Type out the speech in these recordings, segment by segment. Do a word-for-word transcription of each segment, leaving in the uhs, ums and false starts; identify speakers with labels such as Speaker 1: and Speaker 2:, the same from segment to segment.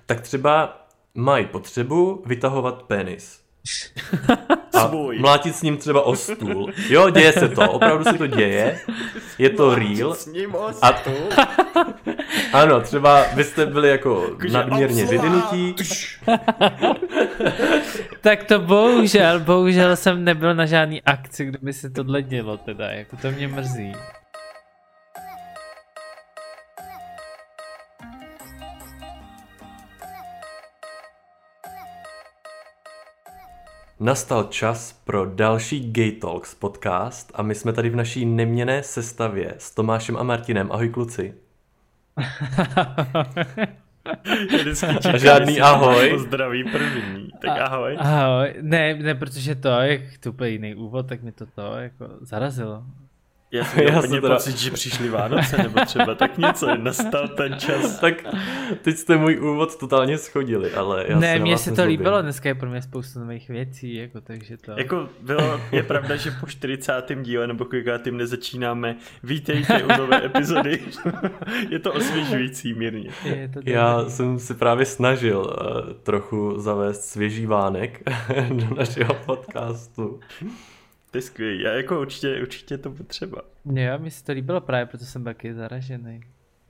Speaker 1: tak třeba mají potřebu vytahovat penis. A mlátit s ním třeba o stůl. Jo, děje se to, opravdu se to děje. Je to real.
Speaker 2: S ním o stůl.
Speaker 1: A... Ano, třeba vy jste byli jako nadměrně vyvinutí.
Speaker 3: Tak to bohužel, bohužel jsem nebyl na žádný akci, kde by se tohle dělo teda, jako to mě mrzí.
Speaker 1: Nastal čas pro další Gay Talks podcast a my jsme tady v naší neměnné sestavě s Tomášem a Martinem. Ahoj kluci.
Speaker 2: A
Speaker 1: žádný ahoj.
Speaker 2: Pozdraví první, tak ahoj.
Speaker 3: Ahoj, ne, ne, protože to, jak to byl jiný úvod, tak mi to to jako zarazilo.
Speaker 2: Já jsem měl úplně teda... pocit, že přišli Vánoce, nebo třeba tak něco, nastal ten čas.
Speaker 1: Tak teď jste můj úvod totálně schodili, ale já
Speaker 3: Ne,
Speaker 1: se
Speaker 3: mně se to
Speaker 1: nezlobím.
Speaker 3: líbilo, dneska je pro mě spoustu nových věcí, jako takže to...
Speaker 2: Jako bylo, je pravda, že po čtyřicátém díle, nebo kolikátým nezačínáme, vítejte u nové epizody, je to osvěžující mírně.
Speaker 3: Je to
Speaker 1: já jsem si právě snažil uh, trochu zavést svěží vánek do našeho podcastu.
Speaker 2: To je skvělý, já jako určitě, určitě to potřeba.
Speaker 3: Jo, mi se to líbilo právě, proto jsem taky zaražený.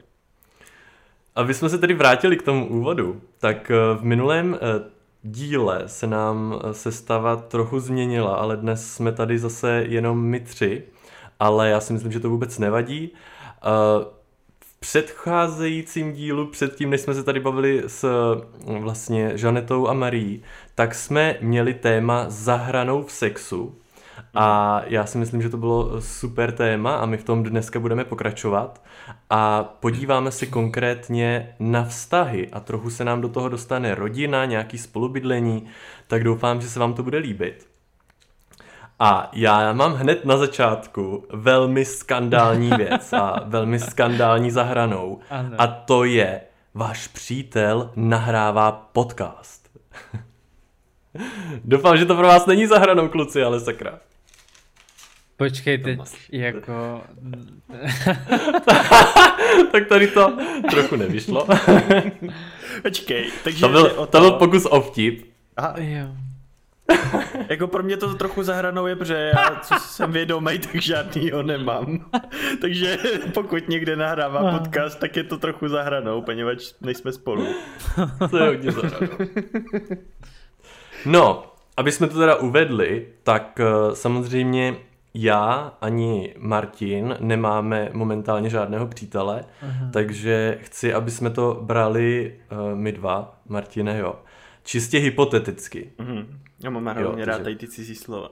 Speaker 1: A my jsme se tedy vrátili k tomu úvodu, tak v minulém díle se nám sestava trochu změnila, ale dnes jsme tady zase jenom my tři, ale já si myslím, že to vůbec nevadí. V předcházejícím dílu, předtím, než jsme se tady bavili s vlastně Žanetou a Marií, tak jsme měli téma za hranou v sexu. A já si myslím, že to bylo super téma a my v tom dneska budeme pokračovat a podíváme se konkrétně na vztahy a trochu se nám do toho dostane rodina, nějaký spolubydlení, tak doufám, že se vám to bude líbit. A já mám hned na začátku velmi skandální věc a velmi skandální za hranou a to je, váš přítel nahrává podcast. Doufám, že to pro vás není za hranou, kluci, ale sakra.
Speaker 3: Počkej, teď jako...
Speaker 1: Tak tady to trochu nevyšlo.
Speaker 2: Počkej, takže...
Speaker 1: To byl, to... to byl pokus o vtip.
Speaker 2: Aha.
Speaker 3: Jo.
Speaker 2: Jako pro mě to trochu za hranou je, protože já, co jsem vědomý, tak žádnýho nemám. Takže pokud někde nahrává podcast, tak je to trochu za hranou, poněvadž nejsme spolu.
Speaker 1: To je hodně za hranou. No, aby jsme to teda uvedli, tak uh, samozřejmě já ani Martin nemáme momentálně žádného přítele, aha, takže chci, aby jsme to brali uh, my dva, Martine, jo, čistě hypoteticky.
Speaker 2: Mm-hmm. Já mám hlavně rád tady ty cizí slova.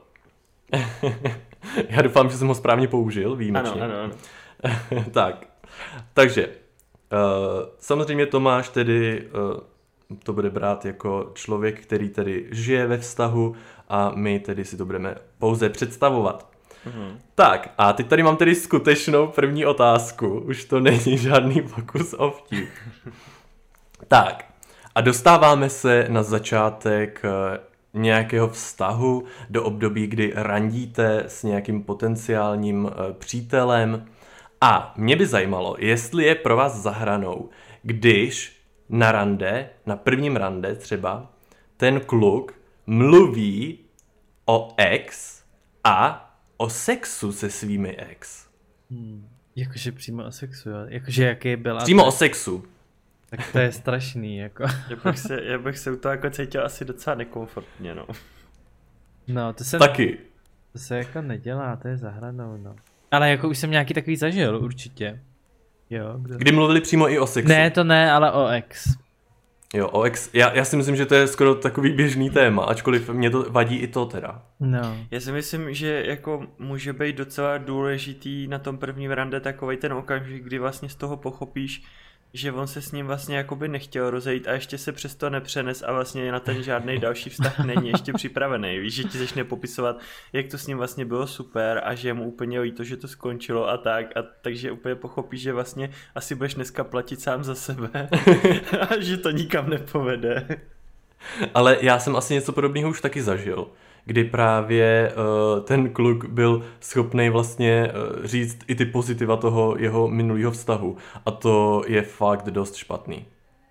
Speaker 1: Já doufám, že jsem ho správně použil, výjimečně.
Speaker 2: Ano, ano, ano.
Speaker 1: Tak, takže uh, samozřejmě Tomáš tedy... Uh, to bude brát jako člověk, který tedy žije ve vztahu a my tedy si to budeme pouze představovat. Mm-hmm. Tak a teď tady mám tedy skutečnou první otázku, už to není žádný pokus o vtip. Tak a dostáváme se na začátek nějakého vztahu do období, kdy randíte s nějakým potenciálním přítelem a mě by zajímalo, jestli je pro vás za hranou, když na rande, na prvním rande třeba, ten kluk mluví o ex a o sexu se svými ex.
Speaker 3: Hmm. Jakože přímo o sexu, jo? Jakože jaký byl...
Speaker 1: Přímo o sexu.
Speaker 3: Tak to je strašný, jako.
Speaker 2: Já bych se, já bych se u toho jako cítil asi docela nekomfortně, no.
Speaker 3: No, to se...
Speaker 1: Taky.
Speaker 3: To se jako nedělá, to je za hranou, no. Ale jako už jsem nějaký takový zažil, určitě. Jo, kdo...
Speaker 1: Kdy mluvili přímo i o sexu.
Speaker 3: Ne, to ne, ale o ex.
Speaker 1: Jo, o ex. Já, já si myslím, že to je skoro takový běžný téma, ačkoliv mě to vadí i to teda.
Speaker 3: No.
Speaker 2: Já si myslím, že jako může být docela důležitý na tom prvním rande takovej ten okamžik, kdy vlastně z toho pochopíš, že on se s ním vlastně jakoby nechtěl rozejít a ještě se přesto nepřenes a vlastně na ten žádný další vztah není ještě připravený. Víš, že ti začne popisovat, jak to s ním vlastně bylo super a že je mu úplně líto, že to skončilo a tak. A takže úplně pochopíš, že vlastně asi budeš dneska platit sám za sebe a že to nikam nepovede.
Speaker 1: Ale já jsem asi něco podobného už taky zažil, kdy právě uh, ten kluk byl schopný vlastně uh, říct i ty pozitiva toho jeho minulého vztahu. A to je fakt dost špatný.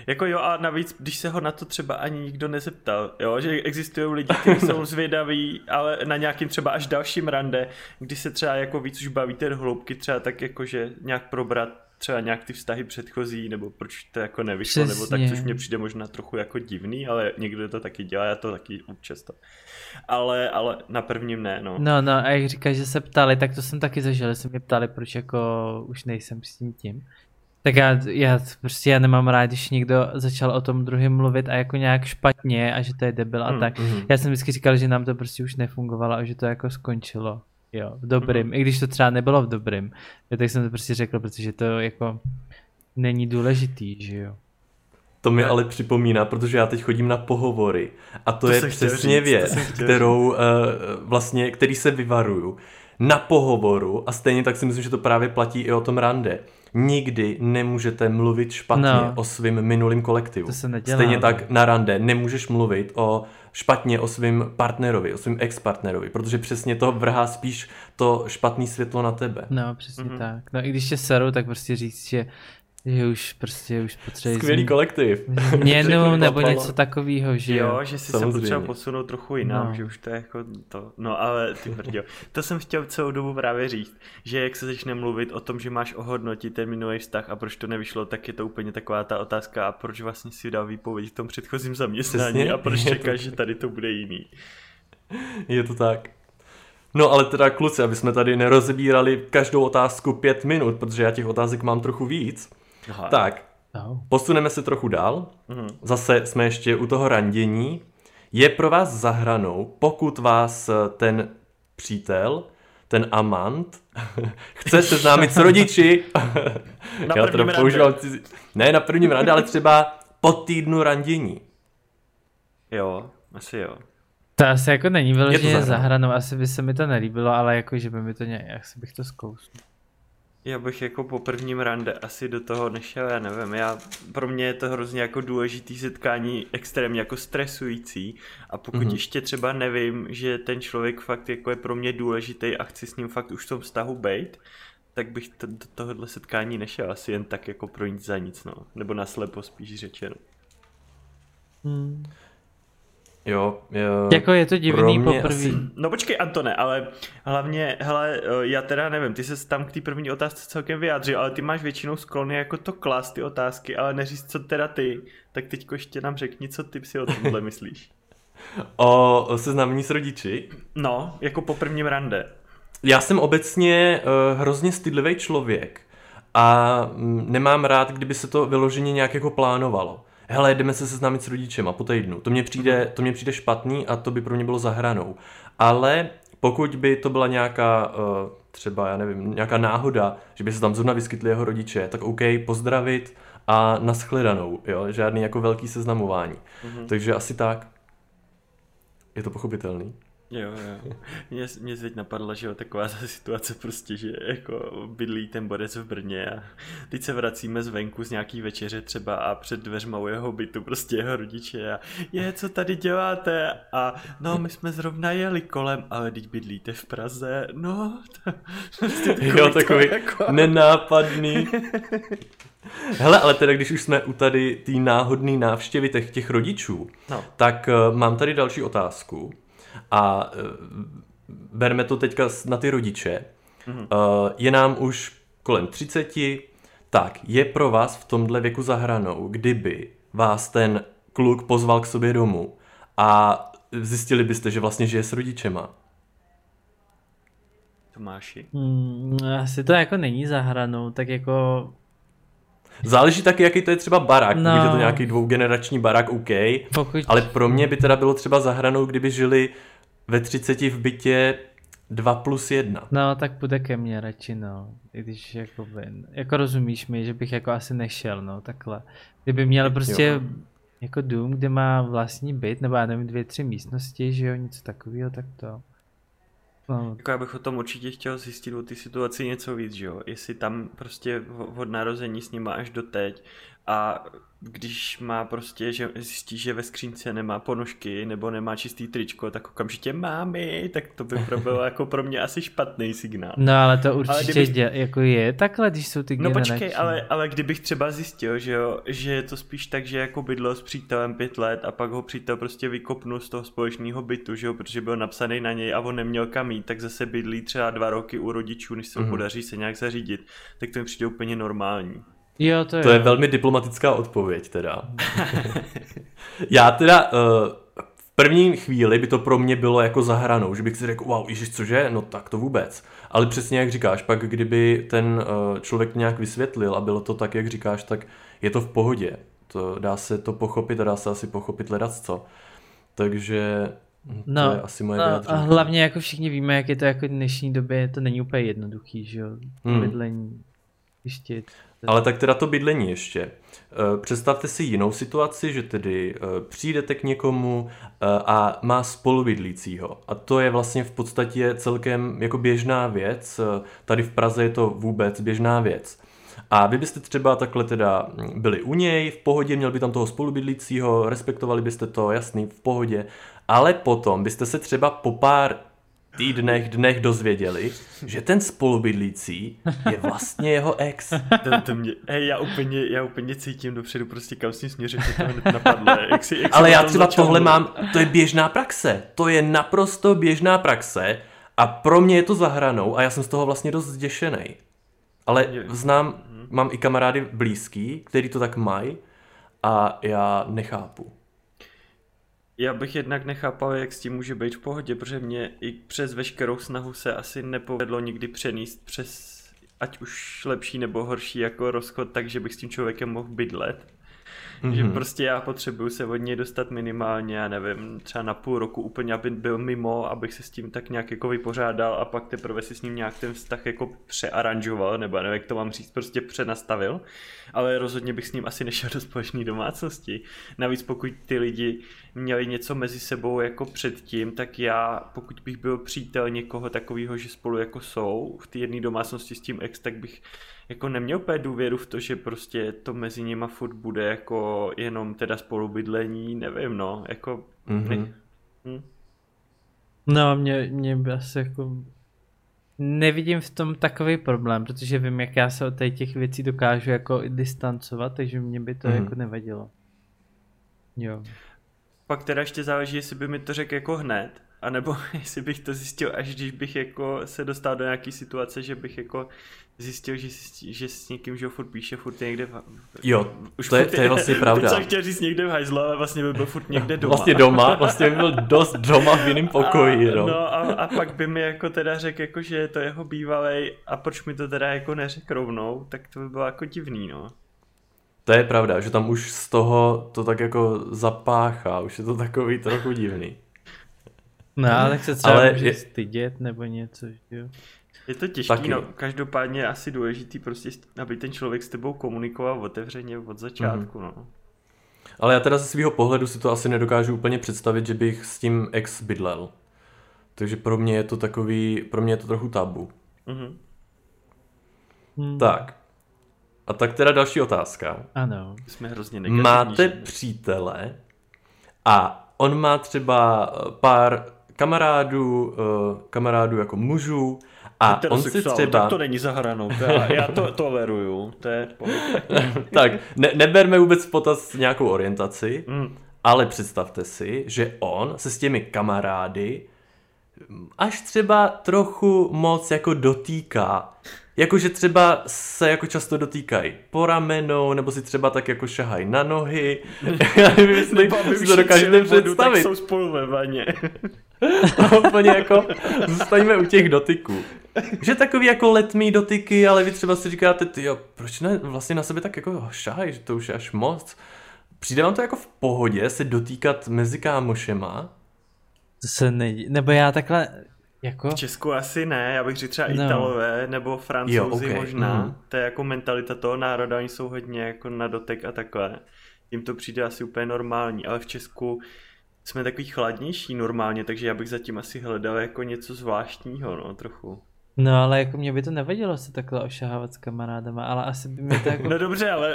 Speaker 2: Jako jo, a navíc, když se ho na to třeba ani nikdo nezeptal, jo, že existují lidi, kteří jsou zvědaví, ale na nějakým třeba až dalším rande, kdy se třeba jako víc už bavíte do hloubky, třeba tak jako, že nějak probrat třeba nějak ty vztahy předchozí, nebo proč to jako nevyšlo,
Speaker 3: Přesně.
Speaker 2: nebo tak, což mě přijde možná trochu jako divný, ale někdo to taky dělá, já to taky občas to. Ale, ale na prvním ne, no.
Speaker 3: No, no, a jak říkáš, že se ptali, tak to jsem taky zažil, že se mě ptali, proč jako už nejsem s tím tím. Tak já, já prostě já nemám rád, když někdo začal o tom druhém mluvit a jako nějak špatně a že to je debil a
Speaker 2: Mm,
Speaker 3: tak.
Speaker 1: mhm.
Speaker 3: Já jsem vždycky říkal, že nám to prostě už nefungovalo a že to jako skončilo. Jo, v dobrým,
Speaker 2: Mhm.
Speaker 3: i když to třeba nebylo v dobrým. Jo, tak jsem to prostě řekl, protože to jako není důležitý, že jo.
Speaker 1: To mi
Speaker 2: Ne.
Speaker 1: ale připomíná, protože já teď chodím na pohovory a to,
Speaker 2: To
Speaker 1: je
Speaker 2: jsem chtěl
Speaker 1: přesně
Speaker 2: říct, to
Speaker 1: věc,
Speaker 2: jsem chtěl
Speaker 1: kterou uh, vlastně, který se vyvaruju. Na pohovoru, a stejně tak si myslím, že to právě platí i o tom rande, nikdy nemůžete mluvit špatně
Speaker 3: No.
Speaker 1: o svým minulým kolektivu.
Speaker 3: To se nedělá,
Speaker 1: Stejně
Speaker 3: no.
Speaker 1: tak na rande nemůžeš mluvit o špatně o svým partnerovi, o svým ex-partnerovi, protože přesně to vrhá spíš to špatné světlo na tebe.
Speaker 3: No, přesně
Speaker 2: Mhm.
Speaker 3: tak. No i když tě seru, tak prostě říct, že, že už prostě už potřebuješ
Speaker 1: Skvělý kolektiv.
Speaker 3: změnu
Speaker 1: Řeknu
Speaker 3: nebo
Speaker 1: to,
Speaker 3: něco takového, že jo.
Speaker 2: Jo, že si
Speaker 1: Samozřejmě.
Speaker 2: se potřeba posunout trochu jinam,
Speaker 3: No.
Speaker 2: že už to je jako to, no ale ty brďo, to jsem chtěl celou dobu právě říct, že jak se začne mluvit o tom, že máš ohodnotit ten minulý vztah a proč to nevyšlo, tak je to úplně taková ta otázka a proč vlastně si dal výpověď v tom předchozím zaměstnání
Speaker 1: Přesně.
Speaker 2: a proč
Speaker 1: Je to
Speaker 2: čekáš, že tady to bude jiný.
Speaker 1: Je to tak. No ale teda kluci, aby jsme tady nerozebírali každou otázku pět minut, protože já těch otázek mám trochu víc.
Speaker 2: Aha.
Speaker 1: Tak,
Speaker 3: No.
Speaker 1: posuneme se trochu dál.
Speaker 2: Mhm.
Speaker 1: Zase jsme ještě u toho randění. Je pro vás za hranou, pokud vás ten přítel, ten amant, chce seznámit s rodiči.
Speaker 2: Na
Speaker 1: Já
Speaker 2: prvním
Speaker 1: teda používám cizí... Ne na prvním rande, ale třeba po týdnu randění.
Speaker 2: Jo, asi jo.
Speaker 3: To asi jako není vyloženě
Speaker 1: za
Speaker 3: za
Speaker 1: hranou.
Speaker 3: hranou, asi by se mi to nelíbilo, ale jako, že by mi to nějak, asi bych to zkousl.
Speaker 2: Já bych jako po prvním rande asi do toho nešel, já nevím, já, pro mě je to hrozně jako důležitý setkání, extrémně jako stresující a pokud
Speaker 1: Mhm.
Speaker 2: mm-hmm. ještě třeba nevím, že ten člověk fakt jako je pro mě důležitý a chci s ním fakt už v tom vztahu bejt, tak bych to, do tohohle setkání nešel asi jen tak jako pro nic za nic, no, nebo naslepo spíš řečeno.
Speaker 3: Hmm.
Speaker 1: Jo, jo.
Speaker 3: Jako je to divný
Speaker 1: pro mě
Speaker 3: poprvé.
Speaker 1: asi-
Speaker 2: No počkej Antone, ale hlavně, hele, já teda nevím, ty se tam k té první otázce celkem vyjádřil, ale ty máš většinou sklony jako to klást ty otázky, ale neříct co teda ty, tak teďko ještě nám řekni, co ty si o tomhle myslíš.
Speaker 1: O, o seznámení s rodiči.
Speaker 2: No, jako po prvním rande.
Speaker 1: Já jsem obecně uh, hrozně stydlivý člověk a mm, nemám rád, kdyby se to vyloženě nějak jako plánovalo. Hele, jdeme se seznámit s rodičema po týdnu. To mně přijde, to mně přijde špatný a to by pro mě bylo za hranou. Ale pokud by to byla nějaká, uh, třeba, já nevím, nějaká náhoda, že by se tam zrovna vyskytli jeho rodiče, tak OK, pozdravit a nashledanou, jo, žádný jako velký seznamování.
Speaker 2: Mhm.
Speaker 1: Takže asi tak. Je to pochopitelný.
Speaker 2: Jo, jo. Mě, mě teď napadla, že jo, taková ta situace prostě, že jako bydlí ten borec v Brně a teď se vracíme zvenku z nějaký večeře třeba a před dveřma u jeho bytu prostě jeho rodiče a je, co tady děláte? A no, my jsme zrovna jeli kolem, ale teď bydlíte v Praze, no. To, prostě
Speaker 1: Jo, takový
Speaker 2: jako...
Speaker 1: nenápadný. Hele, ale teda když už jsme u tady té náhodné návštěvy těch, těch rodičů,
Speaker 2: No.
Speaker 1: tak uh, mám tady další otázku a uh, berme to teďka s- na ty rodiče.
Speaker 2: Mhm.
Speaker 1: Uh, je nám už kolem třiceti, tak je pro vás v tomhle věku za hranou, kdyby vás ten kluk pozval k sobě domů a zjistili byste, že vlastně žije s rodičema.
Speaker 2: Tomáši.
Speaker 3: Hmm, asi to jako není za hranou, tak jako
Speaker 1: Záleží taky, jaký to je třeba barák,
Speaker 3: No.
Speaker 1: pokud je to nějaký dvougenerační barák, OK,
Speaker 3: pokud...
Speaker 1: ale pro mě by teda bylo třeba za hranou, kdyby žili ve třiceti v bytě dva plus jedna.
Speaker 3: No, tak půjde ke mně radši, no. I když jako, jako rozumíš mi, že bych jako asi nešel, no, takhle. Kdyby měl prostě
Speaker 1: Jo.
Speaker 3: jako dům, kde má vlastní byt, nebo já nevím, dvě, tři místnosti, že jo, něco takového, tak to. No,
Speaker 2: Jako já bych o tom určitě chtěl zjistit o té situaci něco víc, že jo? Jestli tam prostě v- od narození s nima až do teď a když má prostě, že zjistí, že ve skřínce nemá ponožky nebo nemá čistý tričko, tak okamžitě mámy, tak to by bylo jako pro mě asi špatný signál.
Speaker 3: No ale to určitě ale kdybych... děl, jako je takhle, když jsou ty
Speaker 2: No
Speaker 3: generační.
Speaker 2: počkej, ale, ale kdybych třeba zjistil, že jo, že je to spíš tak, že jako bydlel s přítelem pět let a pak ho přítel prostě vykopnul z toho společného bytu, že jo, protože byl napsaný na něj a on neměl kam jít, tak zase bydlí třeba dva roky u rodičů, než se mu mm-hmm. podaří se nějak zařídit, tak to mi přijde úplně normální.
Speaker 3: Jo, to je.
Speaker 1: To je velmi diplomatická odpověď teda. Já teda uh, v první chvíli by to pro mě bylo jako za hranou, že bych si řekl, wow, ježiš, cože? No tak to vůbec. Ale přesně jak říkáš, pak kdyby ten uh, člověk nějak vysvětlil a bylo to tak, jak říkáš, tak je to v pohodě. To, dá se to pochopit a dá se asi pochopit ledacco. Takže to
Speaker 3: no,
Speaker 1: je asi moje
Speaker 3: no,
Speaker 1: vyjádření.
Speaker 3: A hlavně jako všichni víme, jak je to jako v dnešní době, to není úplně jednoduchý, že jo, hmm. bydlení. Ještě.
Speaker 1: Ale tak teda to bydlení ještě. Představte si jinou situaci, že tedy přijdete k někomu a má spolubydlícího. A to je vlastně v podstatě celkem jako běžná věc. Tady v Praze je to vůbec běžná věc. A vy byste třeba takhle teda byli u něj, v pohodě, měl by tam toho spolubydlícího, respektovali byste to, jasný, v pohodě. Ale potom byste se třeba po pár týdnech, dnech dozvěděli, že ten spolubydlící je vlastně jeho ex.
Speaker 2: To, to mě, hej, já úplně, já úplně cítím dopředu prostě kam s ním směřit, že to hned napadlo. Jak si, jak
Speaker 1: Ale já třeba tohle mám, to je běžná praxe, to je naprosto běžná praxe a pro mě je to za hranou a já jsem z toho vlastně dost zděšenej. Ale znám, mám i kamarády blízký, který to tak mají a já nechápu.
Speaker 2: Já bych jednak nechápal, jak s tím může být v pohodě, protože mě i přes veškerou snahu se asi nepovedlo nikdy přenést přes ať už lepší nebo horší jako rozchod, takže bych s tím člověkem mohl bydlet. Mm-hmm. Že prostě já potřebuju se od něj dostat minimálně, já nevím, třeba na půl roku úplně, aby byl mimo, abych se s tím tak nějak jako vypořádal a pak teprve si s ním nějak ten vztah jako přearanžoval, nebo nevím, jak to mám říct, prostě přenastavil, ale rozhodně bych s ním asi nešel do společné domácnosti. Navíc pokud ty lidi měli něco mezi sebou jako předtím, tak já, pokud bych byl přítel někoho takového, že spolu jako jsou v té jedné domácnosti s tím ex, tak bych jako neměl úplně důvěru v to, že prostě to mezi nima furt bude jako jenom teda spolubydlení, nevím no, jako mm-hmm. ne... hm?
Speaker 3: No, mě, mě by asi jako nevidím v tom takový problém, protože vím, jak já se od těch věcí dokážu jako distancovat, takže mě by to mm-hmm. jako nevadilo. Jo.
Speaker 2: Pak teda ještě záleží, jestli by mi to řekl jako hned, anebo jestli bych to zjistil, až když bych jako se dostal do nějaký situace, že bych jako zjistil, že, že s někým, že ho furt píše, furt je někde v...
Speaker 1: Jo, už to je, to je vlastně pravda.
Speaker 2: Teď jsem chtěl říct někde v hajzlu, ale vlastně by byl furt někde doma.
Speaker 1: Vlastně doma, vlastně by byl dost doma v jiném pokoji.
Speaker 2: A,
Speaker 1: no,
Speaker 2: no a, a pak by mi jako teda řekl, jako, že je to jeho bývalej a proč mi to teda jako neřekl rovnou, tak to by bylo jako divný, no.
Speaker 1: To je pravda, že tam už z toho to tak jako zapáchá, už je to takový trochu divný.
Speaker 3: No, ale tak se třeba
Speaker 1: ale
Speaker 3: může
Speaker 1: je...
Speaker 3: stydět nebo něco, jo.
Speaker 2: Je to těžký, no, každopádně je asi důležitý prostě, aby ten člověk s tebou komunikoval otevřeně od začátku, mm. no.
Speaker 1: Ale já teda ze svého pohledu si to asi nedokážu úplně představit, že bych s tím ex bydlel. Takže pro mě je to takový, pro mě je to trochu tabu.
Speaker 2: Mm-hmm.
Speaker 3: Hmm.
Speaker 1: Tak. A tak teda další otázka.
Speaker 3: Ano.
Speaker 2: Jsme hrozně negativní.
Speaker 1: Máte přítele a on má třeba pár kamarádů, kamarádů jako mužů a on si třeba...
Speaker 2: Tak to není za hranou, to já, já to toleruju, to je...
Speaker 1: Tak, ne, neberme vůbec v potaz nějakou orientaci,
Speaker 2: mm.
Speaker 1: ale představte si, že on se s těmi kamarády až třeba trochu moc jako dotýká. Jakože třeba se jako často dotýkají po ramenou, nebo si třeba tak jako šahají na nohy. Já nevím, jestli si to dokážete představit.
Speaker 2: Tak jsou spolu ve vaně.
Speaker 1: Úplně jako zůstaňme u těch dotyků. Že takový jako letmý dotyky, ale vy třeba si říkáte, tyjo, proč ne vlastně na sebe tak jako šahají, že to už je až moc. Přijde vám to jako v pohodě se dotýkat mezi kámošema?
Speaker 3: To se nedí, nebo já takhle... Jako?
Speaker 2: V Česku asi ne, já bych řekl třeba
Speaker 3: no.
Speaker 2: Italové nebo Francouzi jo, okay. možná. Mm. To je jako mentalita toho národa, oni jsou hodně jako na dotek a takhle. Jim to přijde asi úplně normální, ale v Česku jsme takový chladnější normálně, takže já bych zatím asi hledal jako něco zvláštního, no, trochu.
Speaker 3: No ale jako mě by to nevadilo se takhle ošahávat s kamarádama, ale asi by mi to jako...
Speaker 2: No dobře, ale...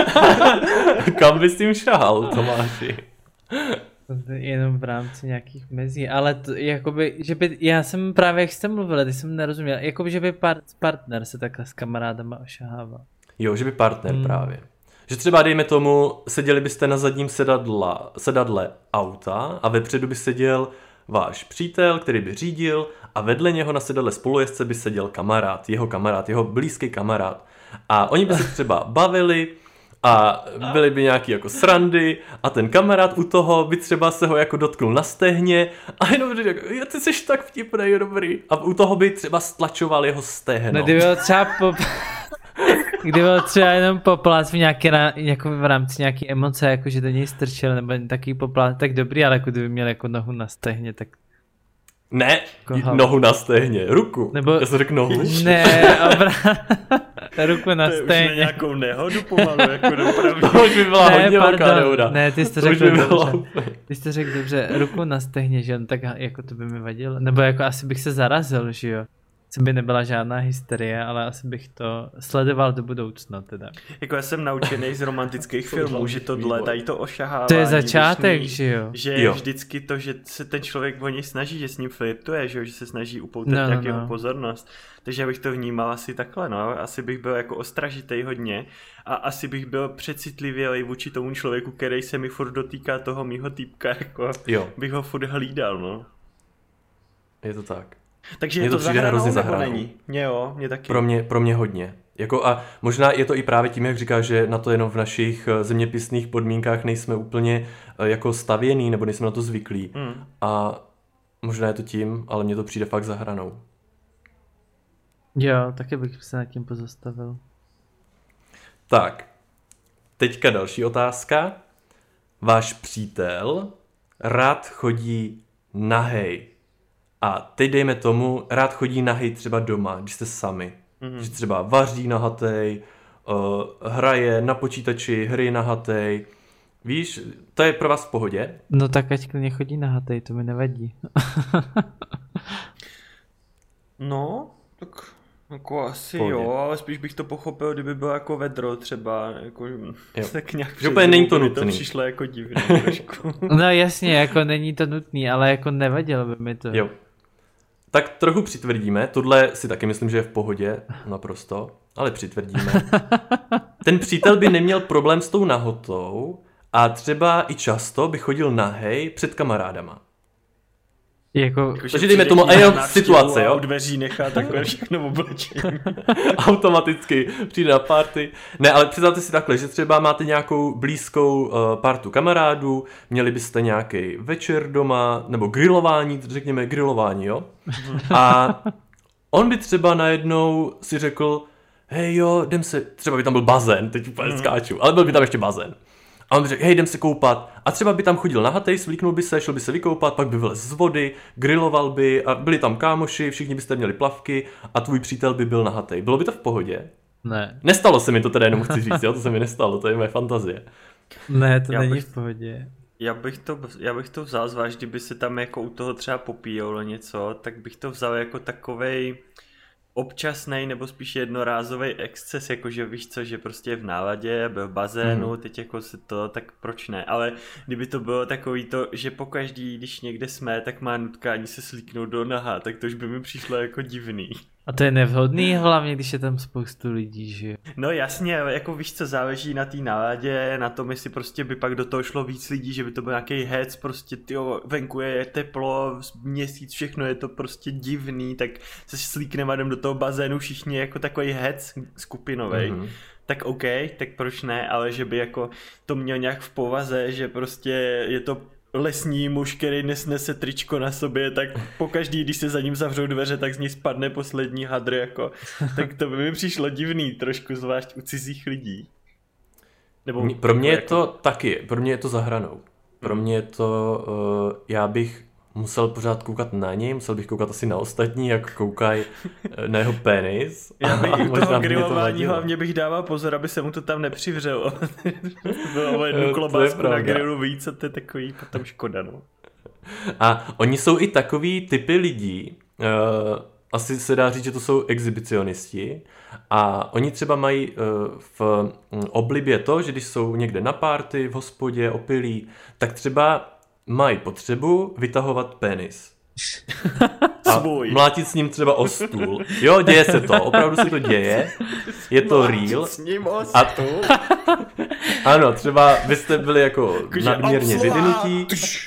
Speaker 1: Kam bys tím šahal, Tomáši?
Speaker 3: Jenom v rámci nějakých mezí, ale to, jakoby, že by, já jsem právě, jak jste mluvili, když jsem nerozuměl, jakoby, že by part, partner se takhle s kamarádama ošahával.
Speaker 1: Jo, že by partner
Speaker 3: Hmm.
Speaker 1: právě. Že třeba dejme tomu, seděli byste na zadním sedadla, sedadle auta a vepředu by seděl váš přítel, který by řídil a vedle něho na sedadle spolujezdce by seděl kamarád, jeho kamarád, jeho blízký kamarád. A oni by se třeba bavili a byly by nějaký jako srandy a ten kamarád u toho by třeba se ho jako dotknul na stehně a jenom by řekl, jo, ty jsi tak vtipnej, dobrý. A u toho by třeba stlačoval jeho stehno.
Speaker 3: No kdyby ho třeba po... Kdyby ho třeba jenom poplát v nějaké, jako v rámci nějaký emoce, jako že do něj strčil, nebo takový poplát, tak dobrý, ale jako kdyby měl jako nohu na stehně, tak...
Speaker 1: Ne,
Speaker 3: Koho?
Speaker 1: nohu na stehně, ruku.
Speaker 3: Nebo...
Speaker 1: Já jsem řekl nohu.
Speaker 3: Ne, obra... ruku na
Speaker 2: To je už
Speaker 3: stehně.
Speaker 2: na nějakou nehodu pomalu, jako dopravdu.
Speaker 1: To už by byla
Speaker 3: Ne,
Speaker 1: hodně velká
Speaker 3: pardon.
Speaker 1: nehoda.
Speaker 3: Ne, ty jste
Speaker 1: To už
Speaker 3: řekl
Speaker 1: by bylo
Speaker 3: dobře.
Speaker 1: úplně-
Speaker 3: Ty jste řekl dobře, ruku na stehně, že jo, no, tak jako to by mi vadilo. Nebo jako asi bych se zarazil, že jo. Co by nebyla žádná hysterie, ale asi bych to sledoval do budoucna teda.
Speaker 2: Jako já jsem naučený z romantických filmů, že tohle, tady to ošahávání.
Speaker 3: To je začátek,
Speaker 2: věčný,
Speaker 3: že jo.
Speaker 2: Že je
Speaker 1: Jo.
Speaker 2: vždycky to, že se ten člověk o něj snaží, že s ním flirtuje, že, jo, že se snaží upoutat
Speaker 3: No, no,
Speaker 2: nějak jeho
Speaker 3: no.
Speaker 2: pozornost. Takže já bych to vnímal asi takhle, no. Asi bych byl jako ostražitej hodně a asi bych byl přecitlivělej vůči tomu člověku, který se mi furt dotýká toho mýho týpka, jako
Speaker 1: Jo,
Speaker 2: bych ho furt hlídal, no.
Speaker 1: je to tak.
Speaker 2: Takže
Speaker 1: Mně
Speaker 2: je
Speaker 1: to
Speaker 2: to
Speaker 1: přijde
Speaker 2: za
Speaker 1: hrozně
Speaker 2: hranou,
Speaker 1: za
Speaker 2: nebo
Speaker 1: hranou.
Speaker 2: není? Mně jo, mě taky.
Speaker 1: Pro mě, pro mě hodně. Jako a možná je to i právě tím, jak říkáš, že na to jenom v našich eh, zeměpisných podmínkách nejsme úplně eh, jako stavěný, nebo nejsme na to zvyklí.
Speaker 2: Hmm.
Speaker 1: A možná je to tím, ale mně to přijde fakt za hranou.
Speaker 3: Jo, taky bych se nad tím pozastavil.
Speaker 1: Tak, teďka další otázka. Váš přítel rád chodí nahej. A teď dejme tomu, rád chodí nahej třeba doma, když jste sami.
Speaker 2: Mhm.
Speaker 1: Že třeba vaří nahatej, uh, hraje na počítači hry nahatej. Víš, to je pro vás v pohodě?
Speaker 3: No tak ať klidně chodí na hatej, to mi nevadí.
Speaker 2: No, tak jako asi
Speaker 1: Pohodě.
Speaker 2: jo, ale spíš bych to pochopil, kdyby bylo jako vedro třeba, jako, tak nějak
Speaker 1: Že úplně není to
Speaker 2: by to
Speaker 1: nutný.
Speaker 2: přišlo jako divné trošku.
Speaker 3: No jasně, jako není to nutný, ale jako nevadilo by mi to.
Speaker 1: Jo. Tak trochu přitvrdíme, tohle si taky myslím, že je v pohodě, naprosto, ale přitvrdíme. Ten přítel by neměl problém s tou nahotou a třeba i často by chodil nahej před kamarádama.
Speaker 3: Jako,
Speaker 2: Jako, že
Speaker 1: Takže dejme
Speaker 2: přijde
Speaker 1: tomu,
Speaker 2: ti
Speaker 1: a jenom
Speaker 2: na návštěvu
Speaker 1: situace,
Speaker 2: a
Speaker 1: jo?
Speaker 2: u dveří nechá takhle všechno oblečení.
Speaker 1: Automaticky přijde na party. Ne, ale představte si takhle, že třeba máte nějakou blízkou uh, partu kamarádů, měli byste nějaký večer doma, nebo grilování, řekněme grilování, jo? A on by třeba najednou si řekl, hej jo, jdem se, třeba by tam byl bazén, teď úplně skáču, ale byl by tam ještě bazén. A on by řekl, hej, jdem se koupat. A třeba by tam chodil nahatej, svlíknul by se, šel by se vykoupat, pak by vylez z vody, griloval by a byli tam kámoši, všichni byste měli plavky a tvůj přítel by byl nahatej. Bylo by to v pohodě?
Speaker 3: ne,
Speaker 1: Nestalo se mi to teda, jenom chci říct, jo, to se mi nestalo, to je moje fantazie.
Speaker 3: ne, to
Speaker 2: Já
Speaker 3: není
Speaker 2: bych-
Speaker 3: v pohodě.
Speaker 2: Já bych to, já bych to vzal, zvlášť kdyby se tam jako u toho třeba popíjelo něco, tak bych to vzal jako takovej občasnej nebo spíš jednorázový exces, jakože víš co, že prostě je v náladě, byl v bazénu,
Speaker 1: Mhm.
Speaker 2: teď jako se to, tak proč ne, ale kdyby to bylo takový to, že pokaždý, když někde jsme, tak má nutkání se slíknout do naha, tak to už by mi přišlo jako divný.
Speaker 3: A to je nevhodný, hlavně když je tam spoustu lidí, že jo.
Speaker 2: No jasně, ale jako víš co, záleží na té náladě, na tom, jestli prostě by pak do toho šlo víc lidí, že by to byl nějaký hec, prostě tyjo, venku je teplo, měsíc, všechno je to prostě divný, tak se slíkneme a jdem do toho bazénu všichni jako takový hec skupinovej.
Speaker 1: Mhm.
Speaker 2: Tak OK, tak proč ne, ale že by jako to měl nějak v povaze, že prostě je to lesní muž, který nesnese tričko na sobě, tak pokaždý, když se za ním zavřou dveře, tak z něj spadne poslední hadr, jako. Tak to by mi přišlo divný trošku, zvlášť u cizích lidí. Nebo
Speaker 1: Mě- Pro mě je
Speaker 2: jako-
Speaker 1: to taky, pro mě je to za hranou. Pro mě je to, uh, já bych musel pořád koukat na něj, musel bych koukat asi na ostatní, jak koukají eh, na jeho penis.
Speaker 2: Já bych
Speaker 1: A
Speaker 2: u
Speaker 1: možná
Speaker 2: toho
Speaker 1: by mě to
Speaker 2: grilování
Speaker 1: vadilo.
Speaker 2: hlavně bych dával pozor, aby se mu to tam nepřivřelo. Bylo o
Speaker 1: Eh, to
Speaker 2: jednu
Speaker 1: je
Speaker 2: klobásku na
Speaker 1: pravda.
Speaker 2: grilu víc a to je takový potom škoda, no.
Speaker 1: A oni jsou i takový typy lidí, uh, asi se dá říct, že to jsou exhibicionisti a oni třeba mají uh, v oblibě to, že když jsou někde na party, v hospodě, opilí, tak třeba mají potřebu vytahovat penis. A
Speaker 2: Svůj.
Speaker 1: mlátit s ním třeba o stůl. Jo, děje se to, opravdu se to děje. Je to real.
Speaker 2: S ním o
Speaker 1: A,
Speaker 2: stůl.
Speaker 1: ano, třeba vy jste byli jako
Speaker 2: Jakože
Speaker 1: nadměrně
Speaker 2: obsluha.
Speaker 1: vyvinutí.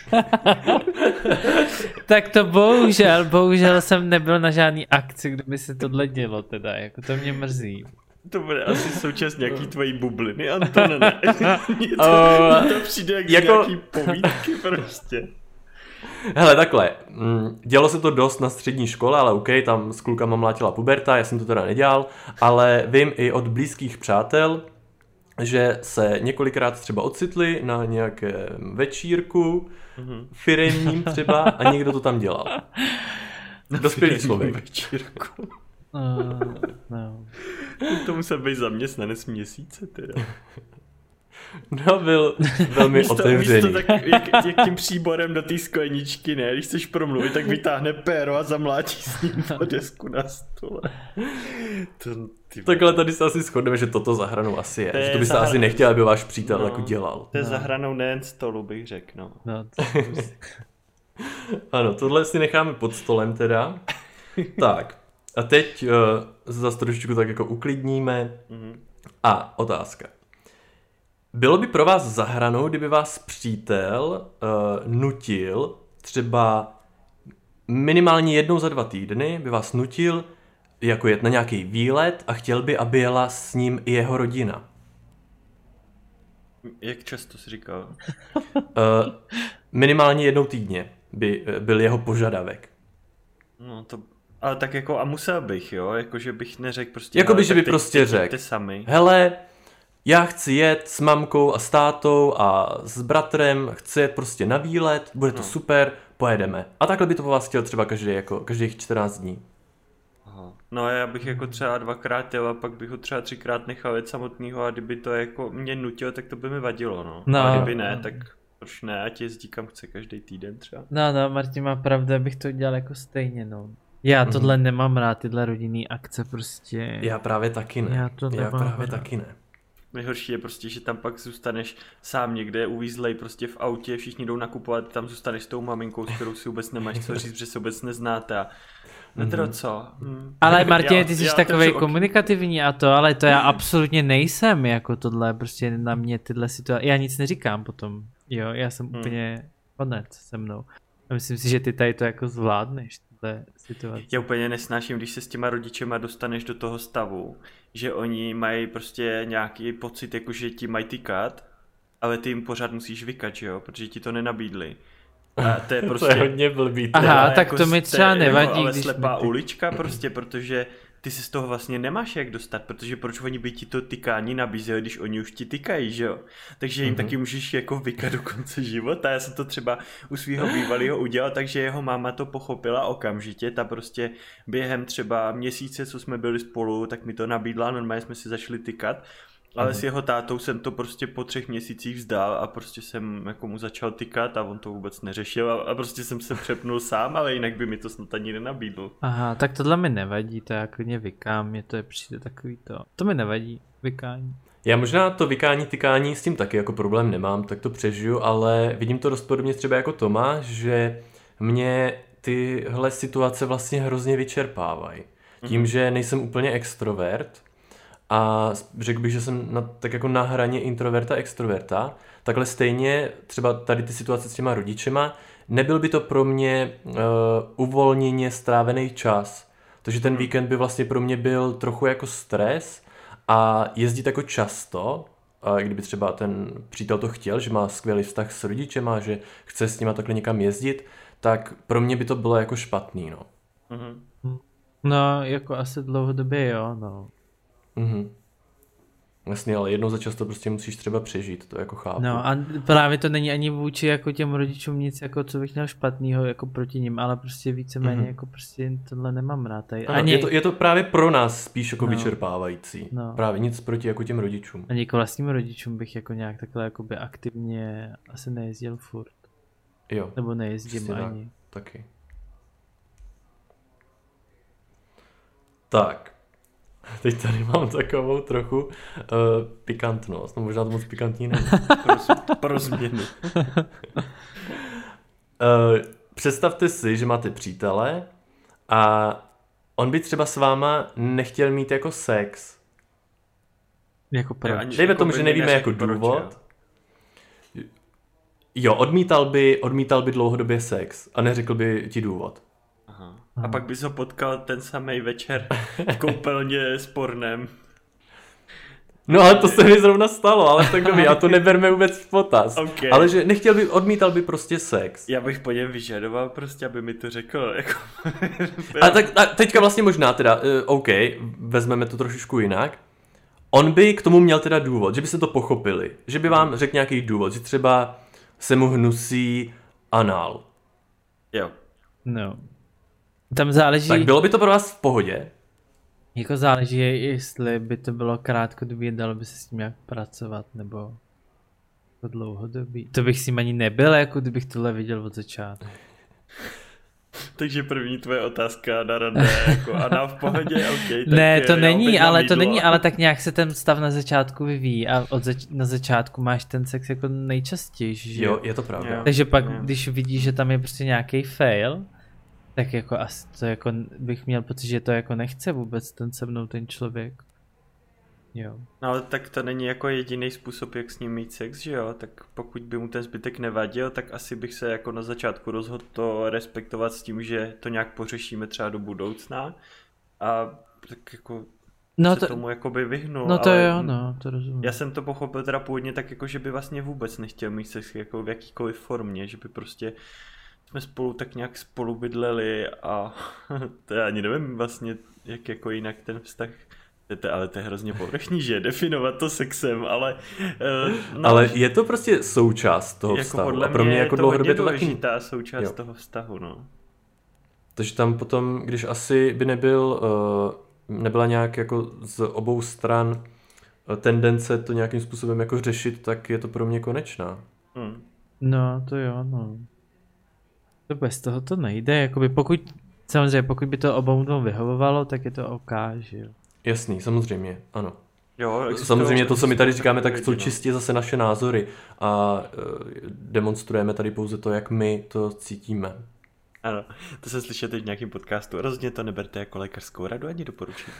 Speaker 3: Tak to bohužel, bohužel jsem nebyl na žádný akci, kde by se tohle dělo teda, jako to mě mrzí.
Speaker 2: To bude asi součást nějaký tvojí bubliny, Antone, ne? Mně to,
Speaker 1: Uh,
Speaker 2: mně to přijde jak
Speaker 1: jako-
Speaker 2: jako... nějaký povídky prostě.
Speaker 1: Hele, takhle, mm, dělo se to dost na střední škole, ale OK, tam s klukama mlátila puberta, já jsem to teda nedělal, ale vím i od blízkých přátel, že se několikrát třeba ocitli na nějakém večírku,
Speaker 2: Mhm.
Speaker 1: firemním třeba, a někdo to tam dělal. Dospělý člověk.
Speaker 2: Večírku.
Speaker 3: Uh, no.
Speaker 2: To musel být zaměstnanec měsíce teda.
Speaker 1: No, byl velmi
Speaker 2: Místo,
Speaker 1: otevřený.
Speaker 2: místo tak, jak, jak tím příborem do té skleničky, ne? Když chceš promluvit, tak vytáhne péro a zamlátí s ním po desku na stole. To, ty...
Speaker 1: Takhle tady se asi shodneme, že toto za hranou asi je.
Speaker 2: To
Speaker 1: Že
Speaker 2: je
Speaker 1: to byste
Speaker 2: za
Speaker 1: asi
Speaker 2: hranou.
Speaker 1: nechtěl, aby váš přítel
Speaker 2: No.
Speaker 1: jako dělal.
Speaker 2: To je
Speaker 3: No.
Speaker 2: za hranou nejen stolu, bych řekl, no.
Speaker 3: No, to,
Speaker 1: Ano, tohle si necháme pod stolem teda. Tak, a teď uh, zase trošičku tak jako uklidníme.
Speaker 2: Mhm.
Speaker 1: A otázka. Bylo by pro vás za hranou, kdyby vás přítel uh, nutil třeba minimálně jednou za dva týdny, by vás nutil jako jet na nějaký výlet a chtěl by, aby jela s ním i jeho rodina.
Speaker 2: Jak často jsi říkal?
Speaker 1: Uh, minimálně jednou týdně by uh, byl jeho požadavek.
Speaker 2: No to... Ale tak jako a musel bych, jo? Jakože bych neřekl prostě...
Speaker 1: Jakoby,
Speaker 2: hele,
Speaker 1: že
Speaker 2: tak
Speaker 1: by
Speaker 2: teď-
Speaker 1: prostě
Speaker 2: teď
Speaker 1: řekl.
Speaker 2: jděte sami.
Speaker 1: Hele, já chci jet s mamkou a s tátou a s bratrem, chci jet prostě na výlet, bude to
Speaker 2: No.
Speaker 1: super, pojedeme. A takhle by to po vás chtěl třeba každý, jako, každých čtrnáct dní.
Speaker 2: Aha. No a já bych jako třeba dvakrát jel a pak bych ho třeba třikrát nechal jet samotnýho a kdyby to jako mě nutilo, tak to by mi vadilo, no.
Speaker 3: No.
Speaker 2: A kdyby ne, tak proč ne, ať jezdí kam chce každý týden třeba.
Speaker 3: no, no, Martin má pravdu, abych to dělal jako stejně, no. Já
Speaker 1: Mhm.
Speaker 3: tohle nemám rád, tyhle rodinný akce prostě.
Speaker 1: Já právě taky ne.
Speaker 3: Já to
Speaker 1: Já
Speaker 3: nemám
Speaker 1: právě
Speaker 3: rád.
Speaker 1: taky ne.
Speaker 2: Nejhorší je prostě, že tam pak zůstaneš sám někde uvízlej prostě v autě, všichni jdou nakupovat, tam zůstaneš s tou maminkou, s kterou si vůbec nemáš co říct, protože se vůbec neznáte a Netro, co? Hm.
Speaker 3: Ale Martin,
Speaker 2: Já-
Speaker 3: ty jsi
Speaker 2: já
Speaker 3: takový
Speaker 2: otevřu okno.
Speaker 3: komunikativní a to, ale to já absolutně nejsem, jako tohle, prostě na mě tyhle situace, já nic neříkám potom, jo, já jsem
Speaker 2: Hmm.
Speaker 3: úplně konec se mnou. A myslím si, že ty tady to jako zvládneš, tuhle situaci.
Speaker 2: Já úplně nesnáším, když se s těma rodičema dostaneš do toho stavu, že oni mají prostě nějaký pocit, jako že ti mají tykat, ale ty jim pořád musíš vykat, že jo, protože ti to nenabídli. A to je prostě...
Speaker 1: To je hodně blbý.
Speaker 3: Aha,
Speaker 1: teda.
Speaker 2: ale
Speaker 3: tak to mi třeba
Speaker 2: jste
Speaker 3: nevadí,
Speaker 2: jako, ale
Speaker 3: když
Speaker 2: slepá
Speaker 3: mi ty-
Speaker 2: ulička prostě, protože ty se z toho vlastně nemáš jak dostat, protože proč oni by ti to tykání nabízeli, když oni už ti tykají, že jo? Takže jim
Speaker 1: Mhm.
Speaker 2: taky můžeš jako vykat do konce života. Já jsem to třeba u svého bývalého udělal, takže jeho máma to pochopila okamžitě, ta prostě během třeba měsíce, co jsme byli spolu, tak mi to nabídla, normálně jsme si začali tykat. Ale
Speaker 1: Mhm.
Speaker 2: s jeho tátou jsem to prostě po třech měsících vzdal a prostě jsem jako mu začal tykat a on to vůbec neřešil a, a prostě jsem se přepnul sám, ale jinak by mi to snad ani nenabídl.
Speaker 3: Aha, tak tohle mi nevadí, to já klidně vykám, mě to je přijde takový to, to mi nevadí, vykání.
Speaker 1: Já možná to vykání, tykání s tím taky jako problém nemám, tak to přežiju, ale vidím to dost podobně třeba jako Tomáš, že mě tyhle situace vlastně hrozně vyčerpávají. Tím,
Speaker 2: Mhm.
Speaker 1: že nejsem úplně extrovert a řekl bych, že jsem na, tak jako na hraně introverta, extroverta, takhle stejně třeba tady ty situace s těma rodičema, nebyl by to pro mě uh, uvolněně strávený čas. Takže ten víkend by vlastně pro mě byl trochu jako stres a jezdit jako často, a kdyby třeba ten přítel to chtěl, že má skvělý vztah s rodičema, že chce s nima takhle někam jezdit, tak pro mě by to bylo jako špatný, no.
Speaker 2: Mhm.
Speaker 3: No, jako asi dlouhodobě jo, no.
Speaker 1: Mhm. Jasně, ale jednou za čas to prostě musíš třeba přežít, to jako chápu.
Speaker 3: No a právě to není ani vůči jako těm rodičům nic, jako co bych měl špatného jako proti nim, ale prostě víceméně
Speaker 1: Mhm.
Speaker 3: jako prostě tohle nemám rád. Tady.
Speaker 1: Ano,
Speaker 3: Ani,
Speaker 1: je, to, je to právě pro nás spíš jako
Speaker 3: No.
Speaker 1: vyčerpávající.
Speaker 3: No.
Speaker 1: Právě nic proti jako těm rodičům.
Speaker 3: ani k vlastním rodičům bych jako nějak takhle jakoby aktivně asi nejezdil furt.
Speaker 1: Jo,
Speaker 3: Nebo nejezdím
Speaker 1: Přesně tak.
Speaker 3: ani.
Speaker 1: taky. Tak, teď tady mám takovou trochu uh, pikantnost, no možná to moc pikantní není.
Speaker 2: Pro, pro změnu.
Speaker 1: uh, představte si, že máte přítele a on by třeba s váma nechtěl mít jako sex.
Speaker 3: Jako proč?
Speaker 1: Dejme tomu, že nevíme jako důvod. Jo, odmítal by, odmítal by dlouhodobě sex a neřekl by ti důvod.
Speaker 2: Aha. A pak bys ho potkal ten samý večer v koupelně s pornem.
Speaker 1: No ale to se mi zrovna stalo, ale tak dobrý, a to neberme vůbec v potaz.
Speaker 2: Okay.
Speaker 1: Ale že nechtěl by, odmítal by prostě sex.
Speaker 2: Já bych po něm vyžadoval prostě, aby mi to řekl. Jako...
Speaker 1: a tak a teďka vlastně možná teda, uh, OK, vezmeme to trošičku jinak. On by k tomu měl teda důvod, že by se to pochopili, že by vám řekl nějaký důvod, že třeba se mu hnusí anál.
Speaker 2: Jo.
Speaker 3: No. Tam záleží...
Speaker 1: Tak bylo by to pro vás v pohodě?
Speaker 3: Jako záleží, jestli by to bylo krátkodobě, dalo by se s tím nějak pracovat, nebo to dlouhodobí. To bych s tím ani nebyl, jako kdybych tohle viděl od začátku.
Speaker 2: Takže první tvoje otázka na rande, jako a na v pohodě, ok. Tak
Speaker 3: ne, to
Speaker 2: jo,
Speaker 3: není, ale to
Speaker 2: jídlo.
Speaker 3: není, ale tak nějak se ten stav na začátku vyvíjí a od zač- na začátku máš ten sex jako nejčastěji, že
Speaker 1: Jo, je to pravda.
Speaker 2: Jo.
Speaker 3: Takže pak,
Speaker 2: Jo.
Speaker 3: když vidíš, že tam je prostě nějaký fail, tak jako asi to jako bych měl pocit, že to jako nechce vůbec ten se mnou ten člověk. Jo.
Speaker 2: No ale tak to není jako jediný způsob, jak s ním mít sex, že jo? Tak pokud by mu ten zbytek nevadil, tak asi bych se jako na začátku rozhodl to respektovat s tím, že to nějak pořešíme třeba do budoucna. A tak jako
Speaker 3: No
Speaker 2: se
Speaker 3: to,
Speaker 2: tomu jakoby vyhnul.
Speaker 3: no to
Speaker 2: ale
Speaker 3: jo, no, to rozumím.
Speaker 2: Já jsem to pochopil teda původně tak jako, že by vlastně vůbec nechtěl mít sex jako v jakýkoliv formě, že by prostě jsme spolu tak nějak spolu bydleli a to já ani nevím vlastně, jak jako jinak ten vztah. To, ale to je hrozně povrchní, že definovat to sexem, ale... Uh, no,
Speaker 1: ale je to prostě součást toho
Speaker 2: jako
Speaker 1: vztahu
Speaker 2: podle
Speaker 1: a pro mě,
Speaker 2: mě
Speaker 1: jako
Speaker 2: je to
Speaker 1: dlouhodobě
Speaker 2: hodně
Speaker 1: to taky...
Speaker 2: důležitá součást
Speaker 1: Jo.
Speaker 2: toho vztahu, no.
Speaker 1: Takže tam potom, když asi by nebyl, uh, nebyla nějak jako z obou stran tendence to nějakým způsobem jako řešit, tak je to pro mě konečná.
Speaker 2: Hmm.
Speaker 3: No, to jo, no. To bez toho to nejde, jakoby pokud, samozřejmě pokud by to obou dvou vyhovovalo, tak je to OK, že jo.
Speaker 1: Jasný, samozřejmě, ano.
Speaker 2: Jo, existují-
Speaker 1: Samozřejmě to, co my tady
Speaker 2: existují
Speaker 1: říkáme, tak
Speaker 2: takové
Speaker 1: jsou
Speaker 2: lidi, no.
Speaker 1: čistě zase naše názory a uh, demonstrujeme tady pouze to, jak my to cítíme.
Speaker 2: Ano, to se slyšíte v nějakém podcastu. Rozhodně to neberte jako lékařskou radu ani doporučení.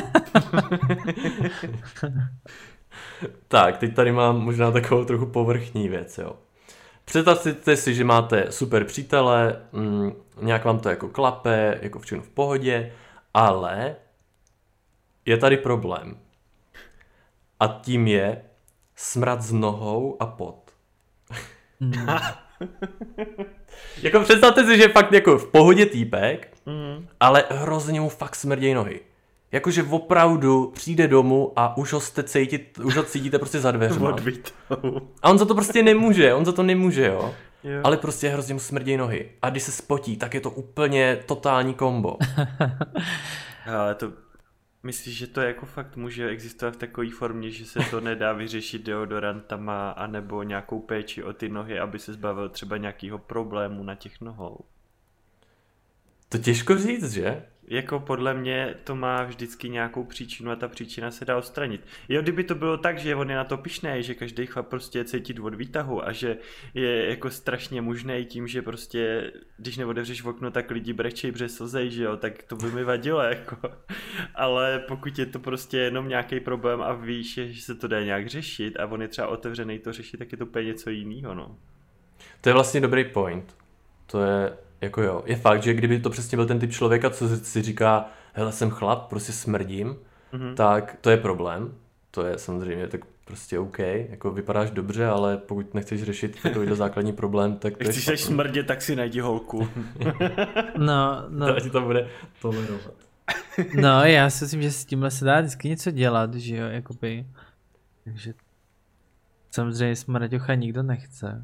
Speaker 1: Tak, teď tady mám možná takovou trochu povrchní věc, jo. Představte si, že máte super přítele, mm, nějak vám to jako klape, jako všechno v pohodě, ale je tady problém. A tím je smrad z nohou a pot.
Speaker 3: Hmm.
Speaker 1: Jako představte si, že je fakt jako v pohodě týpek,
Speaker 2: Mm.
Speaker 1: ale hrozně mu fakt smrdějí nohy. Jakože opravdu přijde domů a už ho jste cítit, už ho cítíte prostě za dveřma.
Speaker 2: Odbytou.
Speaker 1: A on za to prostě nemůže, on za to nemůže, jo.
Speaker 2: Jo.
Speaker 1: Ale prostě hrozně mu smrdějí nohy. A když se spotí, tak je to úplně totální kombo.
Speaker 2: Ale to, myslíš, že to jako fakt může existovat v takové formě, že se to nedá vyřešit deodorantama anebo nějakou péči o ty nohy, aby se zbavil třeba nějakého problému na těch nohou?
Speaker 1: To těžko říct, že?
Speaker 2: Jako podle mě to má vždycky nějakou příčinu a ta příčina se dá odstranit. Jo, kdyby to bylo tak, že on je na to pyšnej, že každý chlap prostě cítit od výtahu a že je jako strašně mužnej tím, že prostě když neotevřeš v okno, tak lidi brečej, protože slzej, že jo, tak to by mi vadilo jako. Ale pokud je to prostě jenom nějaký problém a víš, že se to dá nějak řešit a on je třeba otevřený to řešit, tak je to úplně něco jiného, no.
Speaker 1: To je vlastně dobrý point. To je, jako jo, je fakt, že kdyby to přesně byl ten typ člověka, co si říká, hele, jsem chlap, prostě smrdím,
Speaker 2: Mhm.
Speaker 1: tak to je problém. To je samozřejmě tak prostě OK, jako vypadáš dobře, ale pokud nechceš řešit takovýhle základní problém, tak to je
Speaker 2: Když chceš
Speaker 1: špatný.
Speaker 2: smrdě, tak si najdi holku.
Speaker 3: No, no,
Speaker 1: To ti to bude tolerovat.
Speaker 3: no, já si myslím, že s tímhle se dá vždycky něco dělat, že jo, jakoby. Takže samozřejmě smraďocha nikdo nechce.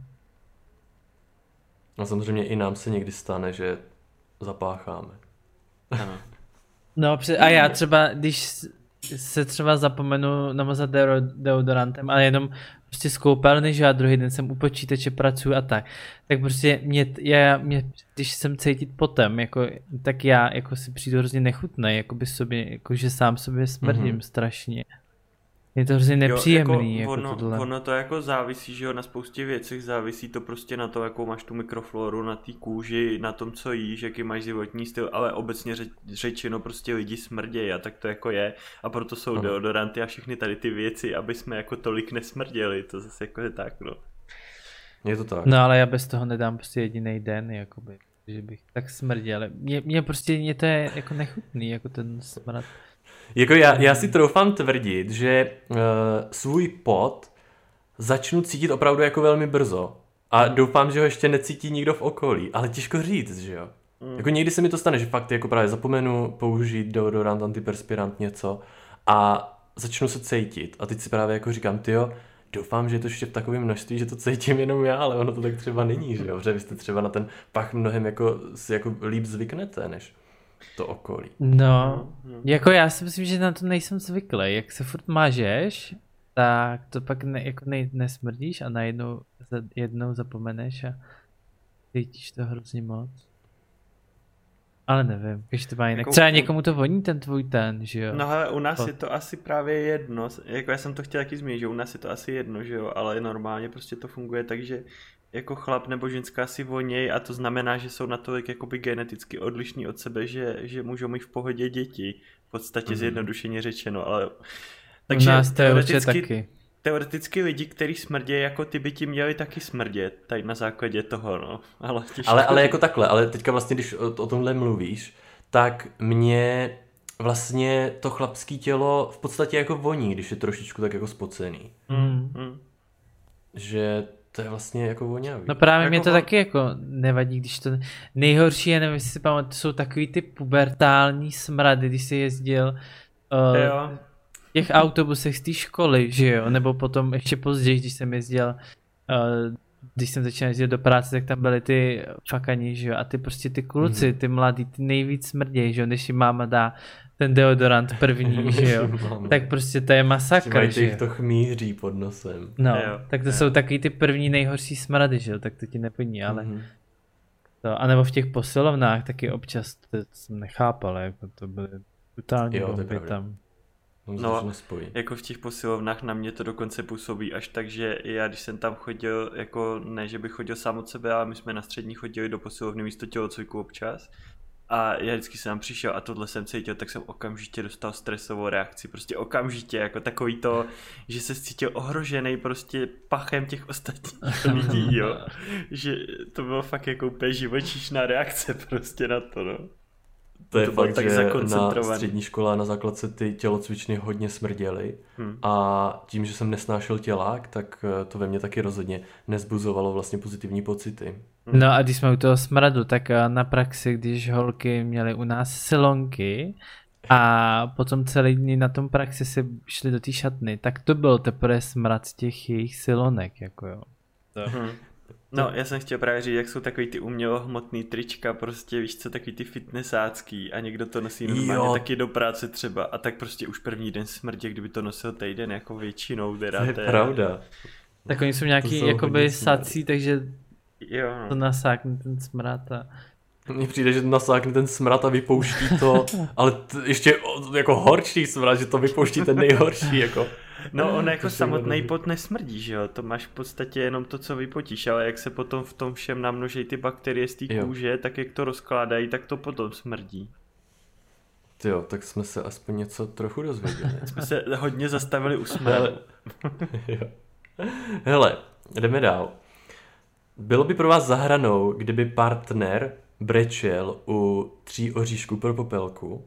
Speaker 1: No samozřejmě i nám se někdy stane, že zapácháme.
Speaker 2: Ano.
Speaker 3: No pře- a já třeba, když s- se třeba zapomenu namazat deodorantem, ale jenom prostě z koupelny, že a druhý den jsem u počítače pracuji a tak. Tak prostě mě, já, mě, když jsem cítit potem, jako, tak já jako si přijdu hrozně nechutnej, jako by sobě, jako že sám sobě smrdím mm-hmm. strašně. Je to hrozně nepříjemný.
Speaker 2: Jo, jako
Speaker 3: jako
Speaker 2: ono,
Speaker 3: tohle.
Speaker 2: ono to jako závisí, že jo, na spoustě věcech, závisí to prostě na to, jakou máš tu mikrofloru, na té kůži, na tom, co jíš, jaký máš životní styl, ale obecně řeč, řečeno prostě lidi smrdějí a tak to jako je a proto jsou deodoranty a všechny tady ty věci, aby jsme jako tolik nesmrděli, to zase jako je tak, no.
Speaker 1: Je to tak.
Speaker 3: No ale já bez toho nedám prostě jediný den, jakoby, že bych tak smrděl. Mně, mně prostě, mě to je jako nechutný, jako ten smrad.
Speaker 1: Jako já, já si troufám tvrdit, že uh, svůj pot začnu cítit opravdu jako velmi brzo. A doufám, že ho ještě necítí nikdo v okolí, ale těžko říct, že jo. Mm. Jako někdy se mi to stane, že fakt jako právě zapomenu použít deodorant, antiperspirant, něco a začnu se cítit. A teď si právě jako říkám, tyjo, doufám, že je to ještě v takovém množství, že to cítím jenom já, ale ono to tak třeba není, že jo. Protože vy jste třeba na ten pach mnohem jako, si jako líp zvyknete, než to okolí.
Speaker 3: No, jako já si myslím, že na to nejsem zvyklý. Jak se furt mážeš, tak to pak ne, jako ne, nesmrdíš a najednou jednou zapomeneš a cítíš to hrozně moc. Ale nevím, když to má jinak.
Speaker 2: Jako,
Speaker 3: třeba někomu to voní ten tvůj ten, že jo?
Speaker 2: No hele, u nás Pot. je to asi právě jedno, jako já jsem to chtěl taky zmínit, že u nás je to asi jedno, že jo, ale normálně prostě to funguje tak, že jako chlap nebo ženská si voněj a to znamená, že jsou natolik jakoby geneticky odlišní od sebe, že, že můžou mít v pohodě děti, v podstatě mm-hmm. zjednodušeně řečeno, ale
Speaker 3: takže u nás teoreticky, taky.
Speaker 2: teoreticky lidi, kteří smrdějí jako ty, by ti měli taky smrdět, tady na základě toho, no. Ale,
Speaker 1: ale, ale jako takhle, ale teďka vlastně, když o, o tomhle mluvíš, tak mě vlastně to chlapské tělo v podstatě jako voní, když je trošičku tak jako spocený.
Speaker 3: Mm. Mm.
Speaker 1: Že to je vlastně jako voňavý.
Speaker 3: No právě
Speaker 2: jako
Speaker 3: mě to
Speaker 2: vám...
Speaker 3: taky jako nevadí, když to nejhorší je, nevím, jestli si pamatuju, to jsou takový ty pubertální smrady, když jsi jezdil uh,
Speaker 2: jo.
Speaker 3: v těch autobusech z té školy, že jo, nebo potom ještě později, když jsem jezdil, uh, když jsem začal jezdit do práce, tak tam byly ty fakani, že jo, a ty prostě ty kluci, mm-hmm. ty mladí, ty nejvíc smrdějí, že jo, než jim máma dá ten deodorant první, že jo, tak prostě to je masakr, že jo.
Speaker 1: to chmíří pod nosem.
Speaker 3: No,
Speaker 2: jo,
Speaker 3: tak to
Speaker 2: jo.
Speaker 3: jsou takový ty první nejhorší smrady, že jo, tak to ti neplní, ale mm-hmm. to, anebo v těch posilovnách taky občas, to jsem nechápal, jako to byly brutální bomby tam.
Speaker 2: No, jako v těch posilovnách na mě to dokonce působí až tak, že já když jsem tam chodil, jako ne, že bych chodil sám od sebe, ale my jsme na střední chodili do posilovny místo tělocviku občas a já vždycky jsem tam přišel a tohle jsem cítil, tak jsem okamžitě dostal stresovou reakci, prostě okamžitě, jako takový to, že se cítil ohrožený prostě pachem těch ostatních lidí, jo, že to bylo fakt jako úplně živočišná reakce prostě na to, no.
Speaker 1: To je to fakt, tak že na střední škole a na základce ty tělocvičny hodně smrděly hmm. a tím, že jsem nesnášel tělák, tak to ve mně taky rozhodně nezbuzovalo vlastně pozitivní pocity.
Speaker 3: Hmm. No a když jsme u toho smradu, tak na praxi, když holky měly u nás silonky a potom celý dny na tom praxi se šli do té šatny, tak to byl teprve smrad z těch jejich silonek, jako jo. To.
Speaker 2: Hmm. No, já jsem chtěl právě říct, jak jsou takový ty umělohmotný trička, prostě víš co, takový ty fitnessácký a někdo to nosí normálně jo. taky do práce třeba a tak prostě už první den smrdě, kdyby to nosil týden jako většinou. Teda,
Speaker 1: to je teda. Pravda.
Speaker 3: Tak oni jsou nějaký jsou jakoby sací, takže
Speaker 2: jo.
Speaker 3: to nasákne ten smrad a...
Speaker 1: Mně přijde, že nasákne ten smrad a vypouští to, ale t- ještě jako horší smrad, že to vypouští ten nejhorší, jako...
Speaker 2: No on jako samotný pot nesmrdí, že jo, to máš v podstatě jenom to, co vypotíš, ale jak se potom v tom všem namnoží ty bakterie z té kůže, tak jak to rozkládají, tak to potom smrdí.
Speaker 1: Tyjo, tak jsme se aspoň něco trochu dozvěděli.
Speaker 2: Jsme se hodně zastavili u smradu.
Speaker 1: Hele, Hele, jdeme dál. Bylo by pro vás za hranou, kdyby partner brečel u tří oříšků pro popelku?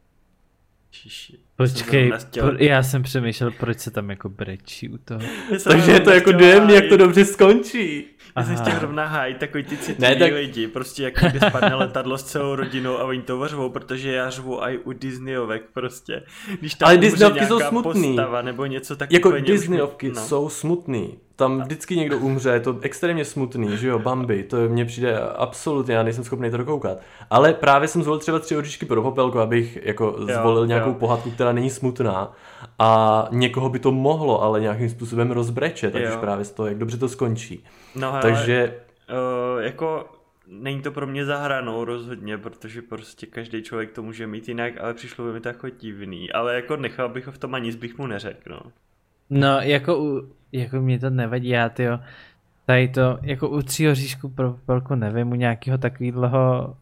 Speaker 2: Čiši.
Speaker 3: Počkej, pro, já jsem přemýšlel, proč se tam jako brečí u toho.
Speaker 1: Takže je to jako dojemný, jak to dobře skončí.
Speaker 2: Já jsem chtěl rovná hájit takový ty citlivý tak... lidi, prostě jako když spadne letadlo s celou rodinou a oni to řvou, protože já řvu i u Disneyovek prostě. Když tam
Speaker 1: ale Disneyovky jsou smutný.
Speaker 2: Postava nebo něco takového.
Speaker 1: Jako Disneyovky no. jsou smutný. Tam vždycky někdo umře, je to extrémně smutný, že jo, Bambi, to mně přijde absolutně, já nejsem schopný to dokoukat. Ale právě jsem zvolil třeba tři oříšky pro popelku, abych jako jo, zvolil nějakou jo. pohádku, která třeba není smutná a někoho by to mohlo, ale nějakým způsobem rozbrečet, takže právě z toho, jak dobře to skončí.
Speaker 2: No,
Speaker 1: takže...
Speaker 2: Ale, uh, jako... Není to pro mě za hranou rozhodně, protože prostě každý člověk to může mít jinak, ale přišlo by mi to jako divný, ale jako nechal bych ho v tom a nic bych mu neřekl, no.
Speaker 3: No, jako, u, jako mě to nevadí, já tyjo, tady to, jako u Třího říšku pro Popelku nevím, u nějakého takového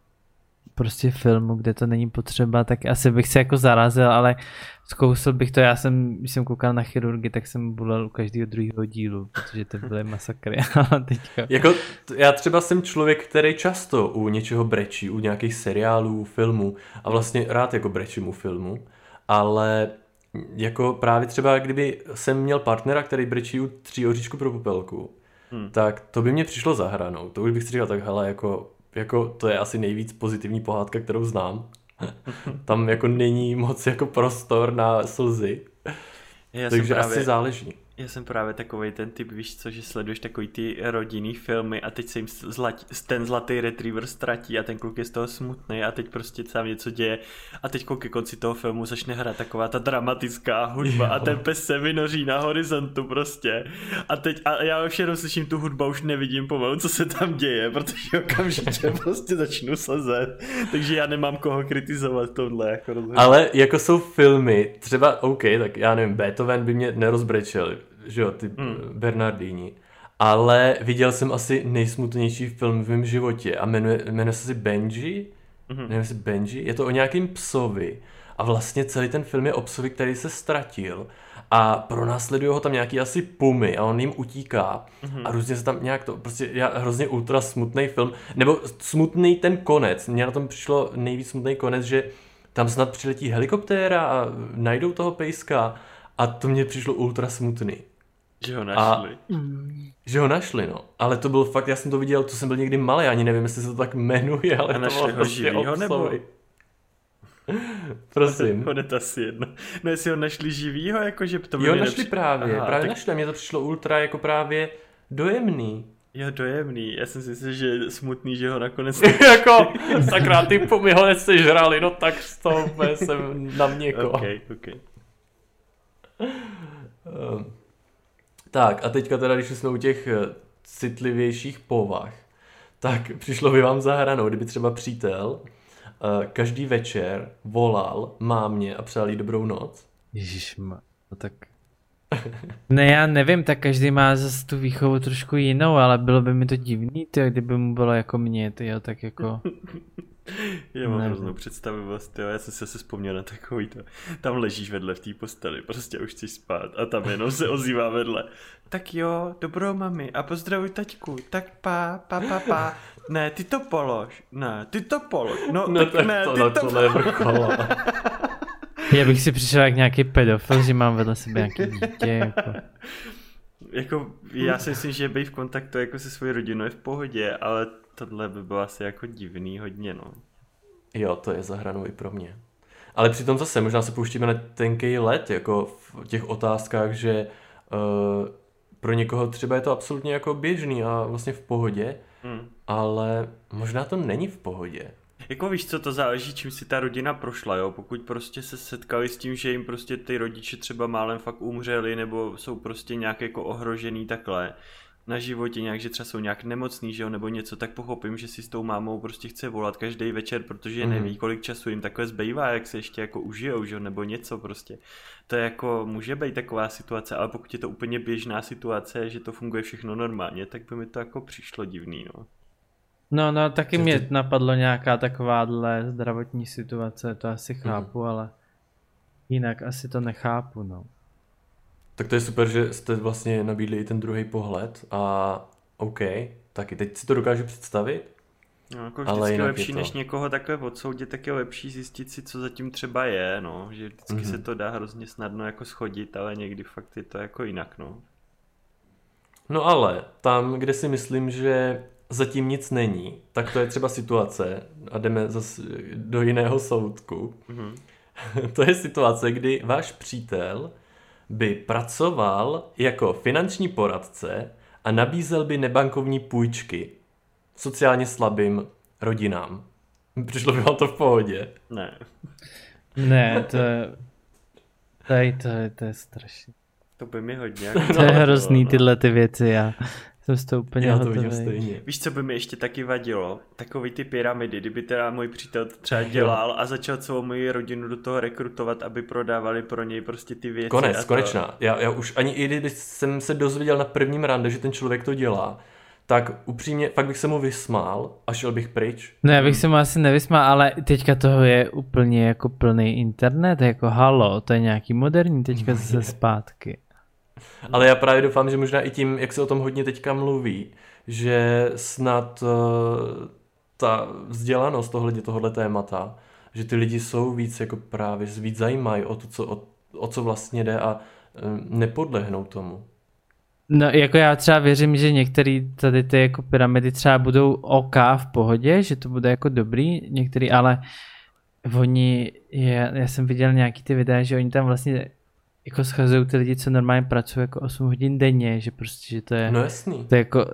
Speaker 3: prostě filmu, kde to není potřeba, tak asi bych se jako zarazil, ale zkousil bych to, já jsem, když jsem koukal na chirurgy, tak jsem bulel u každého druhého dílu, protože to byly masakry, ale teďka...
Speaker 1: Jako, já třeba jsem člověk, který často u něčeho brečí, u nějakých seriálů, filmů a vlastně rád jako brečím u filmu, ale jako právě třeba, kdyby jsem měl partnera, který brečí u Třího říšku pro Popelku, hmm. tak to by mě přišlo za hranou, to už bych si říkal tak, hele, jako jako to je asi nejvíc pozitivní pohádka, kterou znám. Tam jako není moc jako prostor na slzy.
Speaker 2: Já
Speaker 1: takže
Speaker 2: právě,
Speaker 1: asi záleží.
Speaker 2: Já jsem právě takovej ten typ, víš co, že sleduješ takový ty rodinný filmy a teď se jim zlat, ten zlatý retriever ztratí a ten kluk je z toho smutný a teď prostě tam něco děje a teď ke konci toho filmu začne hrát taková ta dramatická hudba jo. A ten pes se vynoří na horizontu prostě a teď a já už jenom slyším tu hudbu, už nevidím pomalu, co se tam děje, protože okamžitě prostě začnu slezet, takže já nemám koho kritizovat tohle jako rozhodně.
Speaker 1: Ale jako jsou filmy, třeba OK, tak já nevím, Beethoven by mě nerozbrečel, že jo, ty hmm. Bernardini. Ale viděl jsem asi nejsmutnější film v mém životě a jmenuje, jmenuje se si Benji? Mm-hmm. Jmenuje se Benji? Je to o nějakým psovi a vlastně celý ten film je o psovi, který se ztratil a pronásledují ho tam nějaký asi pumy a on jim utíká mm-hmm. a různě se tam nějak to, prostě já, hrozně ultra smutný film, nebo smutný ten konec, mně na tom přišlo nejvíc smutný konec, že tam snad přiletí helikoptéra a najdou toho pejska a to mně přišlo ultra smutný.
Speaker 2: Že ho našli.
Speaker 1: A, že ho našli, no. Ale to byl fakt, já jsem to viděl, to jsem byl někdy malý, ani nevím, jestli se to tak jmenuje, ale
Speaker 2: a
Speaker 1: to bylo prostě
Speaker 2: živýho, nebo?
Speaker 1: Prosím.
Speaker 2: On je to asi jedno. No jestli ho našli živýho, jakože to by
Speaker 1: Jo,
Speaker 2: mě
Speaker 1: našli
Speaker 2: nepři...
Speaker 1: právě,
Speaker 2: Aha,
Speaker 1: právě
Speaker 2: tak...
Speaker 1: našli a mně to přišlo ultra jako právě dojemný.
Speaker 2: Jo, dojemný. Já jsem si myslel, že je smutný, že ho nakonec...
Speaker 1: jako, sakra, ty mi ho nesežrali, no tak z toho jsem na měko.
Speaker 2: Ok, ok.
Speaker 1: Um, tak a teďka teda, když jsme u těch citlivějších povah, tak přišlo by vám za hranou, kdyby třeba přítel uh, každý večer volal mámě a přál jí dobrou noc.
Speaker 3: Ježišma, no tak... Ne, já nevím, tak každý má zase tu výchovu trošku jinou, ale bylo by mi to divný, tyjo, kdyby mu bylo jako mě, tyjo, tak jako...
Speaker 2: Já mám hroznou představivost, jo, já jsem si asi vzpomněl na takový to, tam ležíš vedle v té posteli, prostě už chceš spát a tam jenom se ozývá vedle. Tak jo, dobrou mami a pozdravuj taťku, tak pa, pa, pa, pa, ne, ty to polož, ne, ty to polož, no,
Speaker 1: no
Speaker 2: tak,
Speaker 1: tak
Speaker 2: ne,
Speaker 1: to,
Speaker 2: ty
Speaker 1: to,
Speaker 2: to,
Speaker 1: to nevrcholo.
Speaker 3: Já bych si přišel jak nějaký pedofil, že mám vedle sebe nějaký dítě, jako...
Speaker 2: Jako, já si myslím, že být v kontaktu jako se svojí rodinou je v pohodě, ale tohle by bylo asi jako divný hodně, no.
Speaker 1: Jo, to je za hranou i pro mě. Ale přitom zase, možná se pouštíme na tenkej let, jako v těch otázkách, že uh, pro někoho třeba je to absolutně jako běžný a vlastně v pohodě, hmm. ale možná to není v pohodě.
Speaker 2: Jako víš co, to záleží, čím si ta rodina prošla, jo, pokud prostě se setkali s tím, že jim prostě ty rodiče třeba málem fakt umřeli, nebo jsou prostě nějak jako ohrožený takhle na životě, nějak, že třeba jsou nějak nemocný, že jo, nebo něco, tak pochopím, že si s tou mámou prostě chce volat každý večer, protože mm. neví, kolik času jim takhle zbývá, jak se ještě jako užijou, že jo, nebo něco prostě. To je jako, může být taková situace, ale pokud je to úplně běžná situace, že to funguje všechno normálně, tak by mi to jako přišlo divný, no.
Speaker 3: No, no, taky mě ty... napadlo nějaká takováhle zdravotní situace, to asi chápu, mm. ale jinak asi to nechápu, no.
Speaker 1: Tak to je super, že jste vlastně nabídli i ten druhý pohled a OK, taky teď si to dokážu představit.
Speaker 2: No, jako vždycky je lepší, je než někoho takhle odsoudit, tak je lepší zjistit si, co zatím třeba je, no, že vždycky mm-hmm. se to dá hrozně snadno jako schodit, ale někdy fakt je to jako jinak, no.
Speaker 1: No ale tam, kde si myslím, že zatím nic není, tak to je třeba situace a jdeme zase do jiného soudku. Mm-hmm. To je situace, kdy váš přítel by pracoval jako finanční poradce a nabízel by nebankovní půjčky sociálně slabým rodinám. Přišlo by vám to v pohodě?
Speaker 2: Ne.
Speaker 3: Ne, to je... To je, to je, to je strašný.
Speaker 2: To by mi hodně.
Speaker 3: Jako to je hrozný no. Tyhle ty věci, já jsem z toho úplně
Speaker 1: já to vidím stejně.
Speaker 2: Víš, co by mi ještě taky vadilo? Takový ty pyramidy, kdyby teda můj přítel to třeba dělal a začal celou moji rodinu do toho rekrutovat, aby prodávali pro něj prostě ty věci.
Speaker 1: Konec,
Speaker 2: to...
Speaker 1: konečná. Já, já už ani i když jsem se dozvěděl na prvním rande, že ten člověk to dělá, tak upřímně, fakt bych se mu vysmál a šel bych pryč.
Speaker 3: No já bych se mu asi nevysmál, ale teďka toho je úplně jako plný internet, jako halo, to je nějaký moderní teďka zase zpátky.
Speaker 1: Ale já právě doufám, že možná i tím, jak se o tom hodně teďka mluví, že snad uh, ta vzdělanost ohledně tohohle témata, že ty lidi jsou víc jako právě, víc zajímají o to, co, o, o co vlastně jde a um, nepodlehnou tomu.
Speaker 3: No jako já třeba věřím, že některé tady ty jako pyramidy třeba budou OK v pohodě, že to bude jako dobrý, některý, ale oni, je, já jsem viděl nějaký ty videa, že oni tam vlastně jako schazují ty lidi, co normálně pracují jako osm hodin denně, že prostě, že to je...
Speaker 1: No jasný.
Speaker 3: To je jako...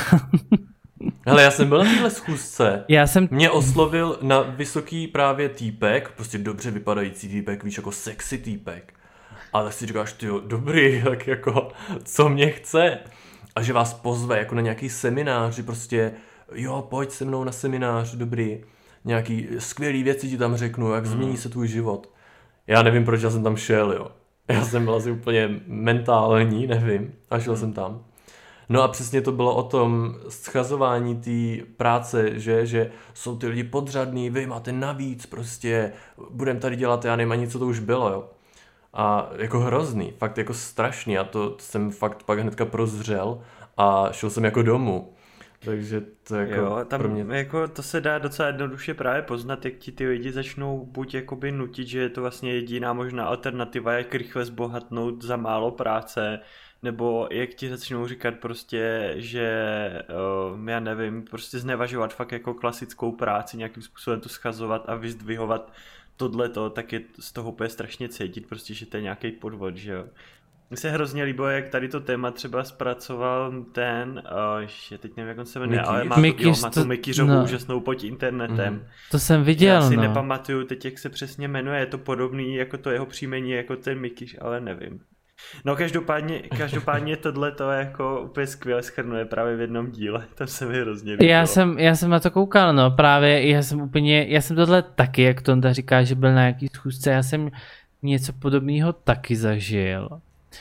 Speaker 1: Hele, já jsem byl na téhle schůzce.
Speaker 3: Já jsem...
Speaker 1: Mě oslovil na vysoký právě týpek, prostě dobře vypadající týpek, víš, jako sexy týpek. Ale si říkáš, tyjo, dobrý, tak jako, co mě chce? A že vás pozve jako na nějaký seminář, že prostě, jo, pojď se mnou na seminář, dobrý. Nějaký skvělý věci ti tam řeknu, jak změní se tvůj život. Já nevím, proč já jsem tam šel, jo. Já jsem byl asi úplně mentální, nevím, a šel jsem tam. No a přesně to bylo o tom schazování té práce, že, že jsou ty lidi podřadní, vy máte navíc, prostě budeme tady dělat, já nevím ani co to už bylo, jo. A jako hrozný, fakt jako strašný a to, to jsem fakt pak hnedka prozřel a šel jsem jako domů. Takže to jako
Speaker 2: jo, tam
Speaker 1: pro mě...
Speaker 2: jako to se dá docela jednoduše právě poznat, jak ti ty lidi začnou buď jakoby nutit, že je to vlastně jediná možná alternativa, jak rychle zbohatnout za málo práce, nebo jak ti začnou říkat prostě, že uh, já nevím, prostě znevažovat fakt jako klasickou práci, nějakým způsobem to schazovat a vyzdvihovat tohleto, tak je z toho úplně strašně cítit, prostě, že to je nějaký podvod, že jo. Mně se hrozně líbilo, jak tady to téma třeba zpracoval ten, uh, že teď nevím, jak on se jmenuje, ale má,
Speaker 3: Mikýř,
Speaker 2: jo, má
Speaker 3: to,
Speaker 2: tu Mikýřovou
Speaker 3: no.
Speaker 2: úžasnou pod internetem.
Speaker 1: Mm.
Speaker 3: To jsem viděl,
Speaker 2: Já si
Speaker 3: no.
Speaker 2: nepamatuju teď, jak se přesně jmenuje, je to podobný jako to jeho příjmení, jako ten Mikýř, ale nevím. No každopádně, každopádně tohle to jako úplně skvěle shrnuje právě v jednom díle, tam se mi hrozně líbilo.
Speaker 3: Já jsem, já jsem na to koukal, no právě, já jsem úplně, já jsem tohle taky, jak Tonda říká, že byl na nějaký schůzce, já jsem něco podobného taky zažil.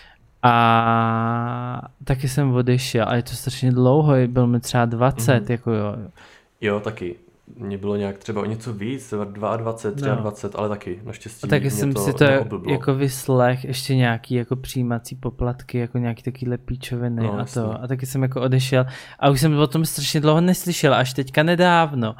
Speaker 3: A taky jsem odešel, a je to strašně dlouho, byl mi třeba dvacet, mm-hmm. jako jo.
Speaker 1: Jo, taky. Mně bylo nějak třeba o něco víc, dvacet dva, dvacet tři, no. Ale taky, naštěstí.
Speaker 3: A taky
Speaker 1: mě
Speaker 3: jsem
Speaker 1: to
Speaker 3: si to
Speaker 1: neoblblo.
Speaker 3: jako vyslech, ještě nějaký jako přijímací poplatky, jako nějaký takovýhle píčoviny no, a jasný. To. A taky jsem jako odešel a už jsem o tom strašně dlouho neslyšel, až teďka nedávno.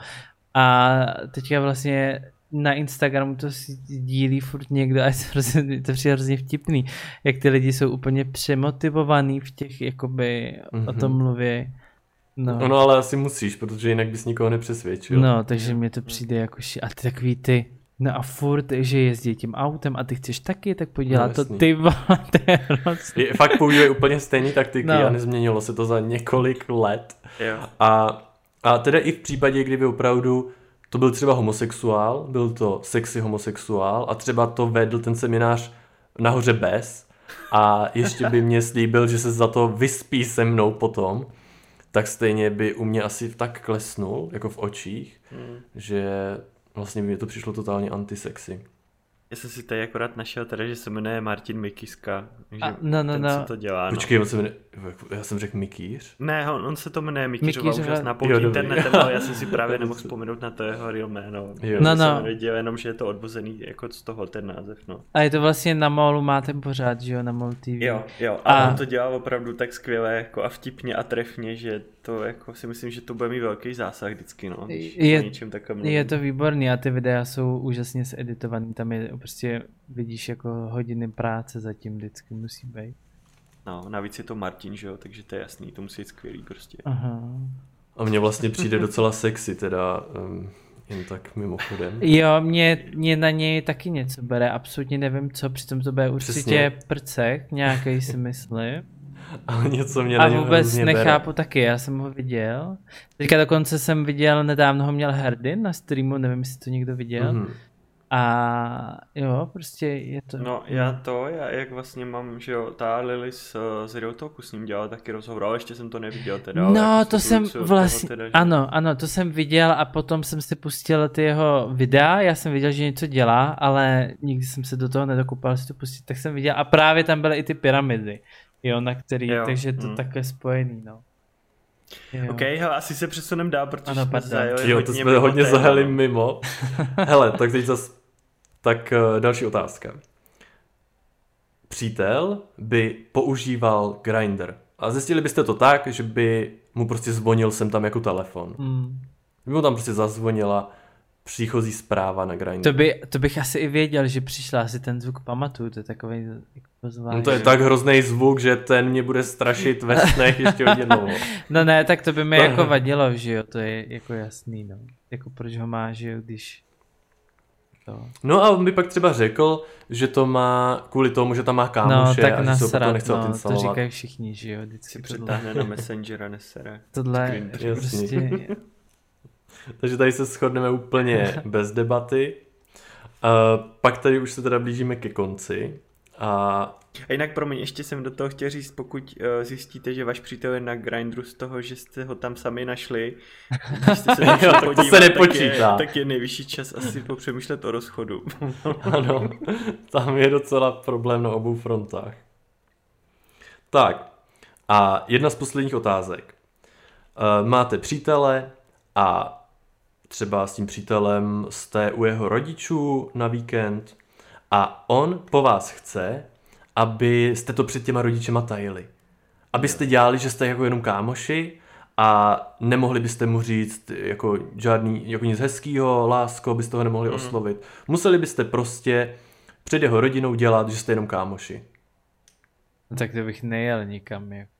Speaker 3: A teďka vlastně na Instagramu to sdílí furt někdo a je to, hrozně, to přijde hrozně vtipný, jak ty lidi jsou úplně přemotivovaný v těch, jakoby mm-hmm. o tom mluví. No.
Speaker 1: no, no, ale asi musíš, protože jinak bys nikoho nepřesvědčil.
Speaker 3: No, takže mi to přijde jako ši... A ty takový ty, no a furt, že jezdí tím autem a ty chceš taky, tak podělat no, to ty vole, to je hrozný.
Speaker 1: Fakt používají úplně stejné taktiky
Speaker 3: no.
Speaker 1: A nezměnilo se to za několik let.
Speaker 2: Jo.
Speaker 1: A, a teda i v případě, kdyby opravdu to byl třeba homosexuál, byl to sexy homosexuál a třeba to vedl ten seminář nahoře bez a ještě by mě slíbil, že se za to vyspí se mnou potom, tak stejně by u mě asi tak klesnul, jako v očích, hmm. že vlastně by mi to přišlo totálně antisexy.
Speaker 2: Já jsem si tady akorát našel teda, že se jmenuje Martin Mikiska, takže
Speaker 3: a, no, no,
Speaker 2: ten,
Speaker 3: no.
Speaker 2: co to dělá.
Speaker 1: Počkej,
Speaker 2: no.
Speaker 1: on se jmenuje, já jsem řekl Mikýř?
Speaker 2: Ne, on, on se to jmenuje Mikýřová
Speaker 3: Mikýřová...
Speaker 2: úžasná pod internetem, ale já jsem si právě nemohl vzpomenout na to jeho real jméno.
Speaker 1: Jo.
Speaker 3: No, no.
Speaker 2: Jsem věděl jenom, že je to odvozený jako z toho ten název, no.
Speaker 3: A je to vlastně na Molu máte pořád, že jo, na Mol T V.
Speaker 2: Jo, jo, a,
Speaker 3: a...
Speaker 2: on to dělá opravdu tak skvěle jako a vtipně a trefně, že to jako si myslím, že to bude mít velký zásah vždycky, no.
Speaker 3: Je,
Speaker 2: něčem
Speaker 3: je to výborný a ty videa jsou úžasně zeditovaný, tam je prostě vidíš jako hodiny práce zatím vždycky musí být.
Speaker 2: No, navíc je to Martin, že jo, takže to je jasný, to musí být skvělý prostě.
Speaker 3: Aha.
Speaker 1: A mně vlastně přijde docela sexy, teda um, jen tak mimochodem.
Speaker 3: Jo, mě, mě na něj taky něco bere, absolutně nevím co, přitom to bude určitě Přesně. prcek, nějaký si myslím.
Speaker 1: Ale něco mě na
Speaker 3: A
Speaker 1: něm
Speaker 3: vůbec nechápu
Speaker 1: bere.
Speaker 3: taky, já jsem ho viděl. Teďka dokonce jsem viděl, nedávno ho měl Herdin na streamu, nevím, jestli to někdo viděl. Mm-hmm. A jo, prostě je to...
Speaker 2: No já to, já jak vlastně mám, že jo, ta Lily z, z Real Talku s ním dělala taky rozhovor, ale ještě jsem to neviděl teda. Ale
Speaker 3: No,
Speaker 2: jako
Speaker 3: to jsem vlastně,
Speaker 2: teda, že...
Speaker 3: ano, ano, to jsem viděl a potom jsem si pustil ty jeho videa, já jsem viděl, že něco dělá, ale nikdy jsem se do toho nedokupal si to pustit, tak jsem viděl a právě tam byly i ty pyramidy, jo, na který,
Speaker 2: jo.
Speaker 3: takže to
Speaker 2: hmm.
Speaker 3: takhle spojený, no. Jo.
Speaker 2: OK, hele, asi se přesunem dál, protože
Speaker 3: ano,
Speaker 2: jsme zajeli
Speaker 1: jo, to jsme hodně
Speaker 2: téma,
Speaker 1: zahali
Speaker 2: no.
Speaker 1: mimo. Hele, tak teď zase, tak uh, další otázka. Přítel by používal Grindr. A zjistili byste to tak, že by mu prostě zvonil sem tam jako telefon.
Speaker 3: Hmm.
Speaker 1: By mu tam prostě zazvonila příchozí zpráva na Grindr.
Speaker 3: To, by, to bych asi i věděl, že přišla, asi ten zvuk pamatuju, to je takový jako zvláštní.
Speaker 1: No to je tak hrozný zvuk, že ten mě bude strašit ve snech ještě hodně dlouho.
Speaker 3: No ne, tak to by mi jako vadilo, že jo, to je jako jasný, no. Jako proč ho má, že jo, když... To...
Speaker 1: No a on by pak třeba řekl, že to má kvůli tomu, že tam má kámoše
Speaker 3: no, tak
Speaker 1: a že
Speaker 3: nasrat,
Speaker 1: se to nechce
Speaker 3: no,
Speaker 1: odinstalovat.
Speaker 3: to říkají všichni, že jo, vždycky
Speaker 2: Si
Speaker 3: tohle.
Speaker 2: přetáhne na Messenger a nesere.
Speaker 3: Tohle
Speaker 1: Jasný.
Speaker 3: prostě...
Speaker 1: Takže tady se shodneme úplně bez debaty. Uh, pak tady už se teda blížíme ke konci. A...
Speaker 2: a jinak promiň, ještě jsem do toho chtěl říct, pokud uh, zjistíte, že váš přítel je na Grindru z toho, že jste ho tam sami našli, když jste se
Speaker 1: Jo,
Speaker 2: tam
Speaker 1: tak to
Speaker 2: podívat,
Speaker 1: se
Speaker 2: tak je,
Speaker 1: nepočítá.
Speaker 2: tak je nejvyšší čas asi popřemýšlet o rozchodu.
Speaker 1: Ano, tam je docela problém na obou frontách. Tak, a jedna z posledních otázek. Uh, máte přítele a třeba s tím přítelem jste u jeho rodičů na víkend a on po vás chce, abyste to před těma rodičema tajili. Abyste dělali, že jste jako jenom kámoši a nemohli byste mu říct jako žádný, jako nic hezkýho, lásko, byste ho nemohli mm. oslovit. Museli byste prostě před jeho rodinou dělat, že jste jenom kámoši.
Speaker 3: No, tak to bych nejel nikam, jako.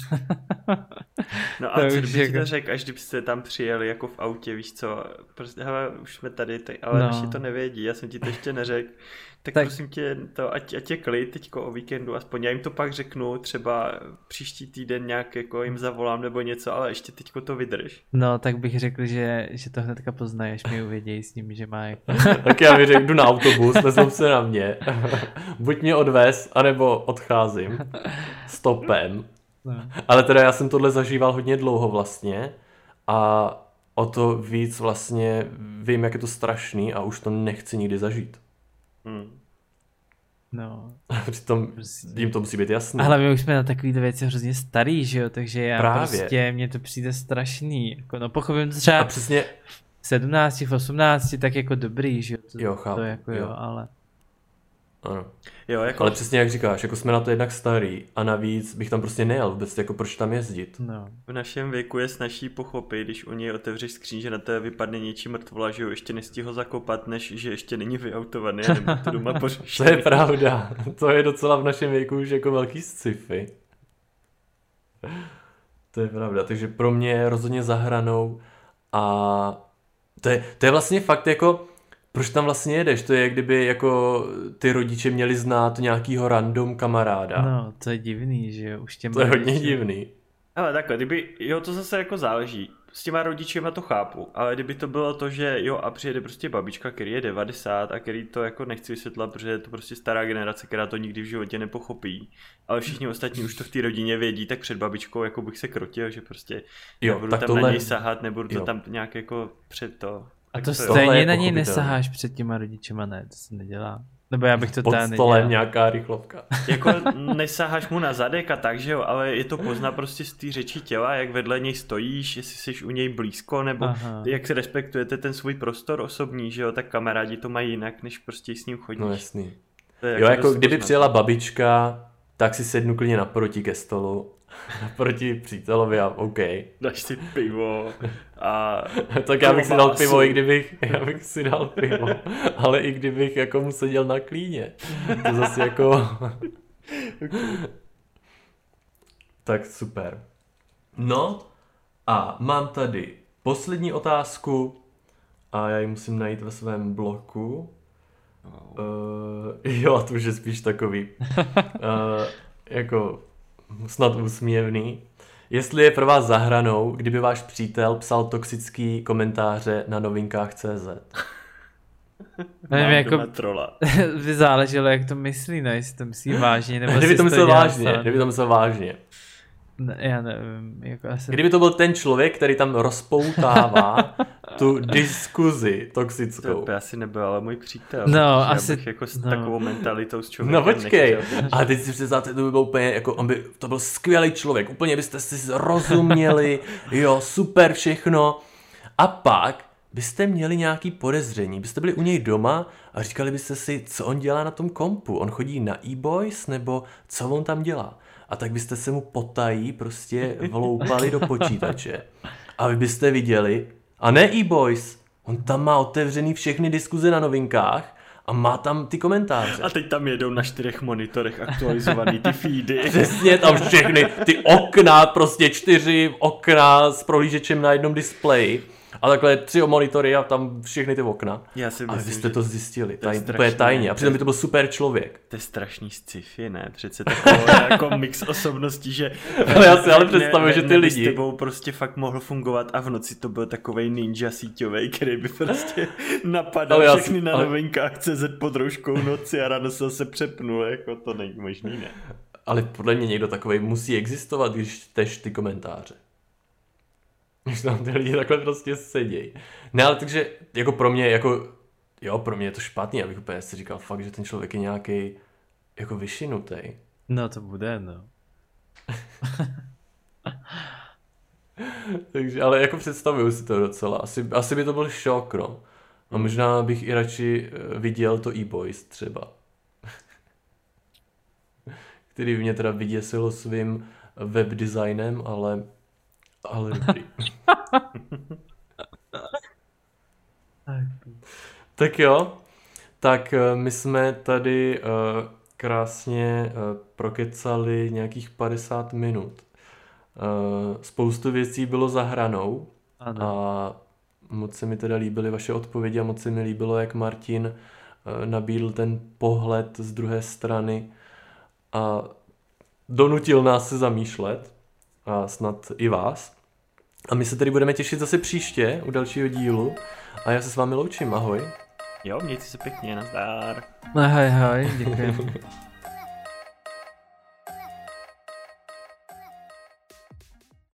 Speaker 2: No a
Speaker 3: To
Speaker 2: co
Speaker 3: už
Speaker 2: kdybyste
Speaker 3: jako-
Speaker 2: to řekl, až kdybyste tam přijeli jako v autě, víš co, prostě hele, už jsme tady, tak, ale
Speaker 3: No.
Speaker 2: ještě to nevědí, já jsem ti to ještě neřekl, tak,
Speaker 3: Tak-
Speaker 2: prosím tě, to, ať, ať je klid teďko o víkendu, aspoň já jim to pak řeknu, třeba příští týden nějak jako jim zavolám nebo něco, ale ještě teďko to vydrž.
Speaker 3: No, tak bych řekl, že, že to hnedka poznají, až mi uvědějí s ním, že má jako...
Speaker 1: Tak já mi řeknu na autobus, nezlob se na mě. Buď mě odvez, anebo odcházím. Stopem.
Speaker 3: No.
Speaker 1: Ale teda já jsem tohle zažíval hodně dlouho vlastně a o to víc vlastně vím, jak je to strašný a už to nechci nikdy zažít.
Speaker 2: Hmm.
Speaker 3: No.
Speaker 1: Přitom
Speaker 3: Prostě.
Speaker 1: jim to musí být jasný.
Speaker 3: Ale my už jsme na takovýhle věci hrozně starý, že jo, takže já
Speaker 1: Právě.
Speaker 3: prostě, mně to přijde strašný, jako no pochopím to třeba
Speaker 1: A přesně,
Speaker 3: v sedmnácti, v osmnácti, tak jako dobrý, že jo, to,
Speaker 1: Jo, chápu,
Speaker 3: to jako jo,
Speaker 1: jo.
Speaker 3: ale...
Speaker 1: ano.
Speaker 2: Jo, jako,
Speaker 1: Ale přesně jak říkáš, jako jsme na to jednak starý a navíc bych tam prostě nejel vůbec, jako proč tam jezdit.
Speaker 3: No.
Speaker 2: v našem věku je snažší pochopit, když u něj otevřeš skříň, že na té vypadne něčí mrtvola, že ho ještě nestihl zakopat, než že ještě není vyautovaný a nemá to doma
Speaker 1: To
Speaker 2: pořešený.
Speaker 1: je pravda, to je docela v našem věku už jako velký sci-fi. To je pravda, takže pro mě je rozhodně za hranou a to je, to je vlastně fakt jako, proč tam vlastně jedeš, to je jak kdyby jako ty rodiče měli znát nějakýho random kamaráda.
Speaker 3: No, to je divný, že jo, už těm
Speaker 1: To je hodně
Speaker 3: rodičům-
Speaker 1: divný.
Speaker 2: Ale takhle, kdyby, jo, to zase jako záleží. S těma rodičema to chápu, ale kdyby to bylo to, že jo a přijede prostě babička, který je devadesát a který to jako nechci vysvětlat, protože je to prostě stará generace, která to nikdy v životě nepochopí, ale všichni ostatní už to v té rodině vědí, tak před babičkou jako bych se krotil, že prostě
Speaker 1: Jo,
Speaker 2: nebudu
Speaker 1: tak
Speaker 2: tam
Speaker 1: tohle-
Speaker 2: na něj sahat, nebudu to
Speaker 1: jo.
Speaker 2: tam nějak jako před to.
Speaker 3: A
Speaker 2: Tak
Speaker 3: to
Speaker 2: jo.
Speaker 1: Tohle
Speaker 3: stejně
Speaker 1: je
Speaker 3: na něj
Speaker 1: pochopitelné.
Speaker 3: nesaháš před těma rodičema, ne, to se nedělá. Nebo já bych to
Speaker 1: Pod
Speaker 3: teda
Speaker 1: stolem
Speaker 3: nedělal.
Speaker 1: nějaká rychlovka.
Speaker 2: Jako nesaháš mu na zadek a tak, že jo, ale je to poznat prostě z té řeči těla, jak vedle něj stojíš, jestli jsi u něj blízko, nebo
Speaker 3: Aha.
Speaker 2: jak se respektujete ten svůj prostor osobní, že jo, tak kamarádi to mají jinak, než prostě s ním chodíš.
Speaker 1: No jasný.
Speaker 2: To je
Speaker 1: Jo, jako
Speaker 2: dost
Speaker 1: kdyby
Speaker 2: poznat.
Speaker 1: přijela babička, tak si sednu klidně naproti ke stolu, naproti přítelovi a OK.
Speaker 2: Dáš si pivo a...
Speaker 1: Tak já bych si dal
Speaker 2: klobásu.
Speaker 1: pivo, i kdybych, já bych si dal pivo, ale i kdybych jako mu seděl na klíně. To zase jako... Tak super. No a mám tady poslední otázku a já ji musím najít ve svém bloku. Uh, jo, to už je spíš takový uh, jako snad úsměvný. Jestli je pro vás za hranou, kdyby váš přítel psal toxický komentáře na novinkách tečka cé zet.
Speaker 3: Nevím, jako
Speaker 2: doma trola.
Speaker 3: by záleželo, jak to myslí, no, jestli to myslí vážně, nebo
Speaker 1: Kdyby
Speaker 3: si
Speaker 1: to
Speaker 3: z
Speaker 1: myslel
Speaker 3: dělá
Speaker 1: vážně,
Speaker 3: srandu.
Speaker 1: kdyby to myslel vážně.
Speaker 3: Ne, já nevím, jako asi...
Speaker 1: Kdyby to byl ten člověk, který tam rozpoutává tu diskuzi toxickou.
Speaker 2: To by asi nebyl, ale můj přítel.
Speaker 3: No,
Speaker 2: Já
Speaker 3: asi-
Speaker 2: bych jako s
Speaker 3: no.
Speaker 2: takovou mentalitou s člověkem
Speaker 1: No počkej,
Speaker 2: nechtěl být.
Speaker 1: a teď si představte, to by bylo úplně, jako on by, to byl skvělý člověk, úplně byste si rozuměli, jo, super všechno. A pak byste měli nějaký podezření, byste byli u něj doma a říkali byste si, co on dělá na tom kompu, on chodí na e-boys, nebo co on tam dělá. A tak byste se mu potají prostě vloupali do počítače. A vy byste viděli, a ne e-boys, on tam má otevřený všechny diskuze na novinkách a má tam ty komentáře.
Speaker 2: A teď tam jedou na čtyřech monitorech aktualizovaný ty feedy.
Speaker 1: Přesně tam všechny ty okna, prostě čtyři okna s prohlížečem na jednom displeji. A takhle tři monitory a tam všechny ty okna.
Speaker 2: Já si
Speaker 1: A vy
Speaker 2: myslím,
Speaker 1: jste
Speaker 2: že
Speaker 1: to zjistili,
Speaker 2: to je
Speaker 1: taj,
Speaker 2: strašné.
Speaker 1: úplně tajně. A přitom by to byl super člověk.
Speaker 2: to je strašný sci-fi, ne? Přece takový jako mix osobností, že...
Speaker 1: Ale já si ale
Speaker 2: ne-
Speaker 1: představuji,
Speaker 2: ne-
Speaker 1: že ty
Speaker 2: ne by s
Speaker 1: lidi-
Speaker 2: tebou prostě fakt mohl fungovat a v noci to byl takovej ninja síťovej, který by prostě napadal
Speaker 1: Ale já si-
Speaker 2: všechny na
Speaker 1: ale-
Speaker 2: novinkách C Z pod rouškou noci a ráno se zase přepnul, jako to není možný, ne?
Speaker 1: Ale podle mě někdo takovej musí existovat, když čteš ty komentáře. Když tam ty lidi takhle prostě sedějí. Ne, ale takže jako pro mě, jako jo, pro mě je to špatný, abych úplně si říkal fakt, že ten člověk je nějaký jako vyšinutej.
Speaker 3: No to bude, no.
Speaker 1: Takže, ale jako představuju si to docela. Asi, asi by to byl šok, no. A možná bych i radši eh, viděl to e-boys třeba. Který mě teda vyděsilo svým web designem, ale ale dobrý. Tak jo, tak eh, my jsme tady eh, krásně eh, prokecali nějakých padesát minut. Eh, Spoustu věcí bylo za hranou
Speaker 3: Ano.
Speaker 1: a moc se mi teda líbily vaše odpovědi a moc se mi líbilo, jak Martin eh, nabídl ten pohled z druhé strany a donutil nás se zamýšlet a snad i vás. A my se tedy budeme těšit zase příště u dalšího dílu a já se s vámi loučím, ahoj.
Speaker 2: Jo, mějte se pěkně, nazdar.
Speaker 3: Ahoj, ahoj, děkuji.